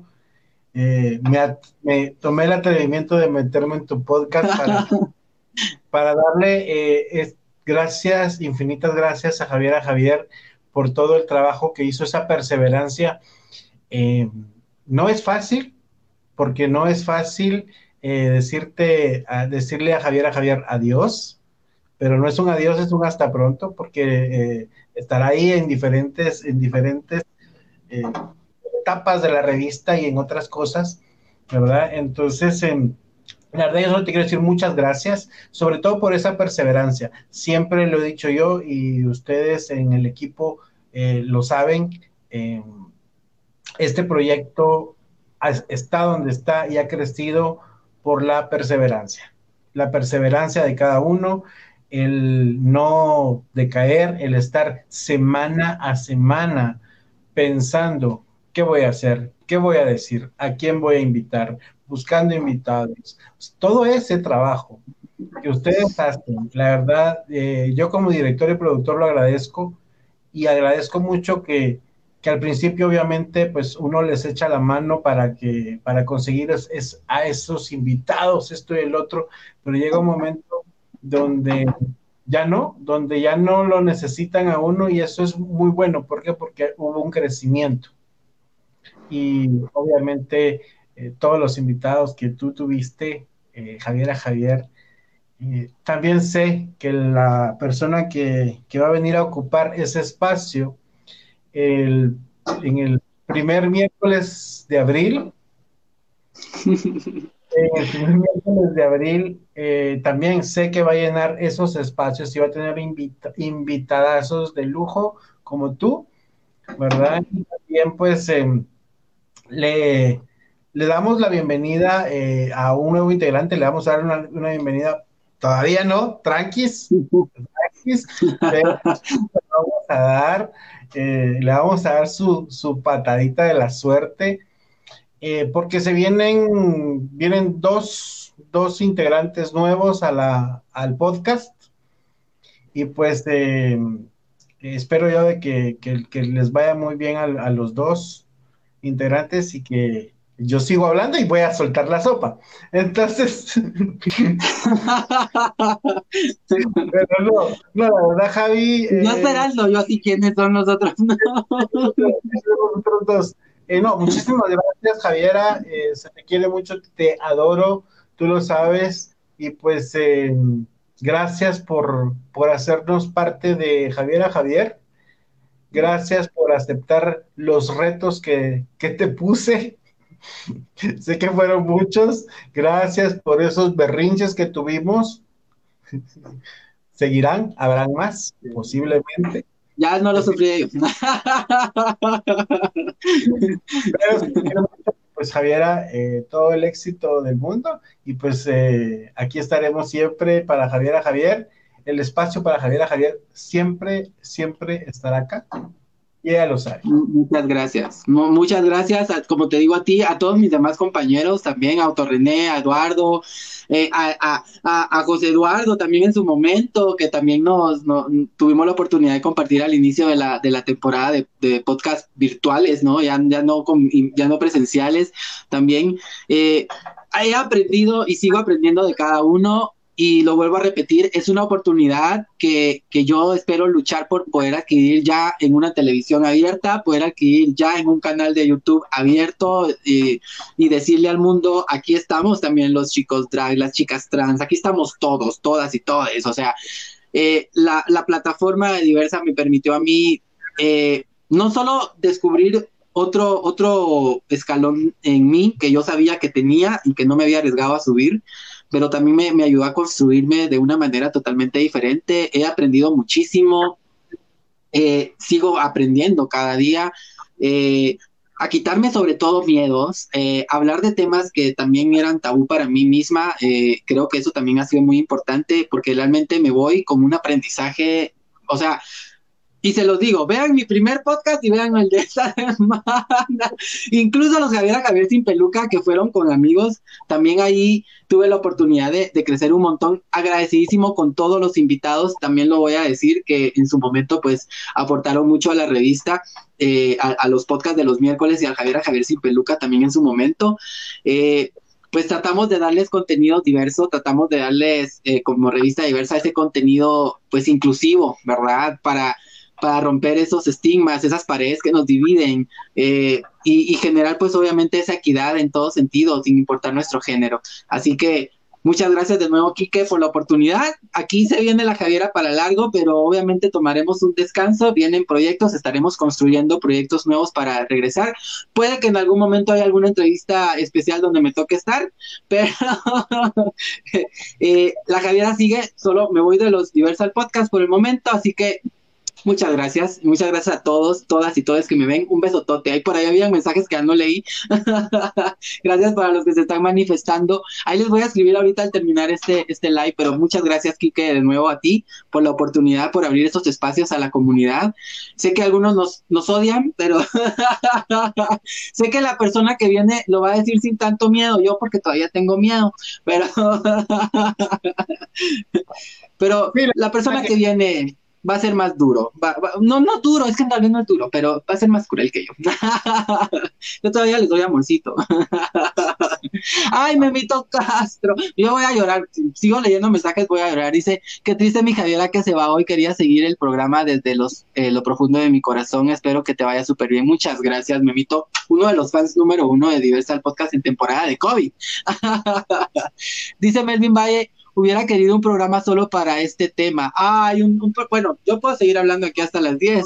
Me tomé el atrevimiento de meterme en tu podcast para darle gracias, infinitas gracias a Javier por todo el trabajo que hizo, esa perseverancia. No es fácil, porque no es fácil decirle a Javier adiós, pero no es un adiós, es un hasta pronto, porque estará ahí en diferentes etapas de la revista y en otras cosas, ¿verdad? Entonces, la verdad, yo solo te quiero decir muchas gracias, sobre todo por esa perseverancia. Siempre lo he dicho yo y ustedes en el equipo lo saben. Este proyecto está donde está y ha crecido por la perseverancia de cada uno, el no decaer, el estar semana a semana pensando qué voy a hacer, qué voy a decir, a quién voy a invitar, buscando invitados, todo ese trabajo que ustedes hacen, la verdad, yo como director y productor lo agradezco y agradezco mucho que al principio obviamente pues uno les echa la mano para conseguir a esos invitados, esto y el otro, pero llega un momento donde ya no, donde ya no lo necesitan a uno, y eso es muy bueno. ¿Por qué? Porque hubo un crecimiento. Y obviamente todos los invitados que tú tuviste, Javier, también sé que la persona que va a venir a ocupar ese espacio en el primer miércoles de abril, también sé que va a llenar esos espacios y va a tener invitadazos de lujo como tú, ¿verdad? Y también pues le, le damos la bienvenida a un nuevo integrante, le vamos a dar una bienvenida, todavía no, tranquis, pero le vamos a dar su patadita de la suerte, porque vienen dos integrantes nuevos al podcast, y pues espero yo de que les vaya muy bien a los dos integrantes, y que yo sigo hablando y voy a soltar la sopa. Entonces, pero no, la verdad, Javi. No esperas, yo así quiénes son los otros. Nosotros dos. No, muchísimas gracias, Javiera. Se te quiere mucho, te adoro, tú lo sabes. Y pues, gracias por hacernos parte de Javiera Javier. Gracias por aceptar los retos que te puse. Sé que fueron muchos. Gracias por esos berrinches que tuvimos. Seguirán, habrán más, posiblemente. Ya no lo sufrí yo. Pero, pues, Javiera, todo el éxito del mundo, y pues aquí estaremos siempre para Javiera Javier. El espacio para Javiera Javier siempre estará acá. Y ella lo sabe. Muchas gracias. Muchas gracias, como te digo, a ti, a todos mis demás compañeros también, a Autorrené, a Eduardo, a José Eduardo también en su momento, que también tuvimos la oportunidad de compartir al inicio de la temporada de podcast virtuales, ¿no? Ya no presenciales. También he aprendido y sigo aprendiendo de cada uno. Y lo vuelvo a repetir, es una oportunidad que yo espero luchar por poder adquirir ya en una televisión abierta, poder adquirir ya en un canal de YouTube abierto, y decirle al mundo, aquí estamos también los chicos drag, las chicas trans, aquí estamos todos, todas y todos. O sea, la plataforma de Diversa me permitió a mí no solo descubrir otro escalón en mí que yo sabía que tenía y que no me había arriesgado a subir, pero también me ayudó a construirme de una manera totalmente diferente. He aprendido muchísimo, sigo aprendiendo cada día, a quitarme sobre todo miedos, hablar de temas que también eran tabú para mí misma. Creo que eso también ha sido muy importante, porque realmente me voy como un aprendizaje, o sea, y se los digo, vean mi primer podcast y vean el de esta semana. Incluso los Javier sin peluca, que fueron con amigos, también ahí tuve la oportunidad de crecer un montón. Agradecidísimo con todos los invitados, también lo voy a decir, que en su momento pues aportaron mucho a la revista, a los podcasts de los miércoles, y al Javier sin peluca también en su momento. Pues tratamos de darles contenido diverso, tratamos de darles como revista diversa ese contenido pues inclusivo, ¿verdad? Para romper esos estigmas, esas paredes que nos dividen, y generar pues obviamente esa equidad en todo sentido, sin importar nuestro género. Así que muchas gracias de nuevo, Quique, por la oportunidad. Aquí se viene la Javiera para largo, pero obviamente tomaremos un descanso, vienen proyectos, estaremos construyendo proyectos nuevos para regresar. Puede que en algún momento haya alguna entrevista especial donde me toque estar, pero la Javiera sigue. Solo me voy de los Diversal Podcast por el momento, así que muchas gracias a todos, todas y todos que me ven. Un besotote. Ahí por ahí había mensajes que ya no leí. Gracias para los que se están manifestando. Ahí les voy a escribir ahorita al terminar este live, pero muchas gracias, Quique, de nuevo a ti por la oportunidad, por abrir estos espacios a la comunidad. Sé que algunos nos odian, pero sé que la persona que viene lo va a decir sin tanto miedo, yo porque todavía tengo miedo, pero la persona que viene va a ser más duro. No duro, es que tal vez no es duro, pero va a ser más cruel que yo. Yo todavía les doy amorcito. Ay, Memito Castro. Yo voy a llorar. Sigo leyendo mensajes, voy a llorar. Dice, qué triste mi Javiera que se va hoy. Quería seguir el programa desde lo profundo de mi corazón. Espero que te vaya súper bien. Muchas gracias, Memito. Uno de los fans número 1 de Diversa el Podcast en temporada de COVID. Dice Melvin Valle, hubiera querido un programa solo para este tema. Ay, bueno, yo puedo seguir hablando aquí hasta las 10.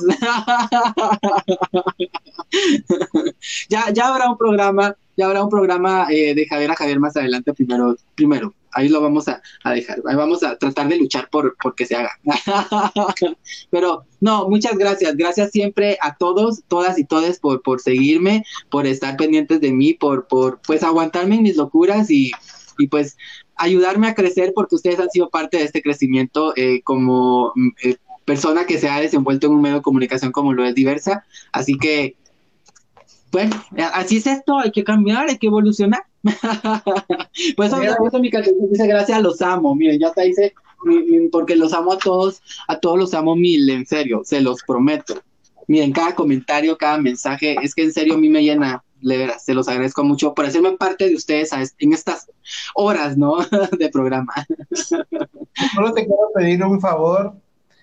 Ya habrá un programa de Javier a Javier más adelante, primero. Ahí lo vamos a dejar. Ahí vamos a tratar de luchar por que se haga. Pero no, muchas gracias. Gracias siempre a todos, todas y todes por seguirme, por estar pendientes de mí, por pues aguantarme en mis locuras y pues ayudarme a crecer, porque ustedes han sido parte de este crecimiento como persona que se ha desenvuelto en un medio de comunicación como lo es Diversa. Así que, bueno, así es esto, hay que cambiar, hay que evolucionar. Pues eso mi canción dice, gracias, los amo. Miren, ya te dice, porque los amo a todos los amo mil, en serio, se los prometo. Miren, cada comentario, cada mensaje, es que en serio a mí me llena. De veras, se los agradezco mucho por hacerme parte de ustedes en estas horas, ¿no? De programa. Solo te quiero pedir un favor,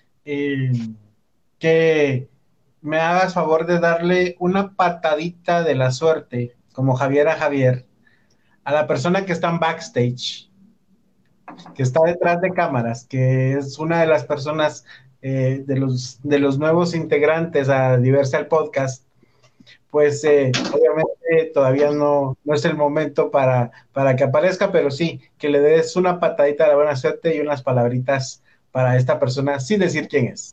que me hagas favor de darle una patadita de la suerte, como Javier a Javier, a la persona que está en backstage, que está detrás de cámaras, que es una de las personas de los nuevos integrantes a Diversa el Podcast. Pues obviamente todavía no es el momento para que aparezca, pero sí, que le des una patadita de la buena suerte y unas palabritas para esta persona sin decir quién es.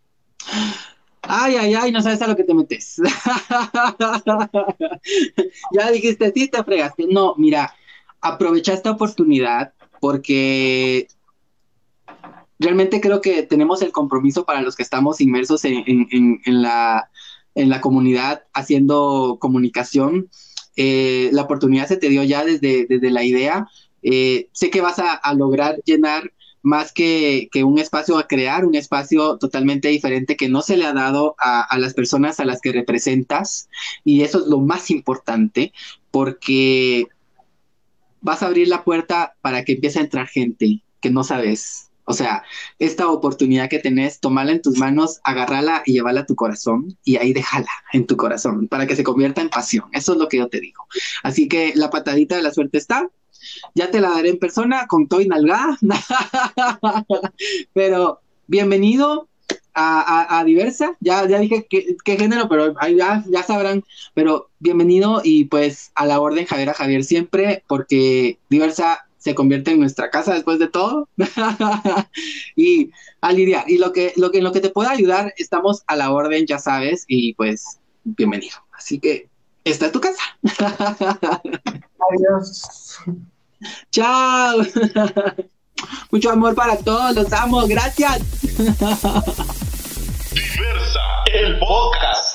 Ay, no sabes a lo que te metes. Ya dijiste, sí te fregaste. No, mira, aprovecha esta oportunidad porque realmente creo que tenemos el compromiso para los que estamos inmersos en la comunidad haciendo comunicación. La oportunidad se te dio ya desde la idea. Sé que vas a lograr llenar más que un espacio, a crear un espacio totalmente diferente que no se le ha dado a las personas a las que representas, y eso es lo más importante, porque vas a abrir la puerta para que empiece a entrar gente que no sabes. O sea, esta oportunidad que tenés, tomarla en tus manos, agarrarla y llevarla a tu corazón, y ahí déjala en tu corazón para que se convierta en pasión. Eso es lo que yo te digo. Así que la patadita de la suerte está. Ya te la daré en persona con todo y nalgada. Pero bienvenido a Diversa. Ya dije qué género, pero ahí ya sabrán. Pero bienvenido, y pues a la orden, Javier a Javier siempre, porque Diversa se convierte en nuestra casa después de todo. Y a lidiar. Y lo que te pueda ayudar, estamos a la orden, ya sabes. Y pues bienvenido. Así que esta es tu casa. Adiós. Chao. Mucho amor para todos, los amo, gracias. Diversa, el podcast.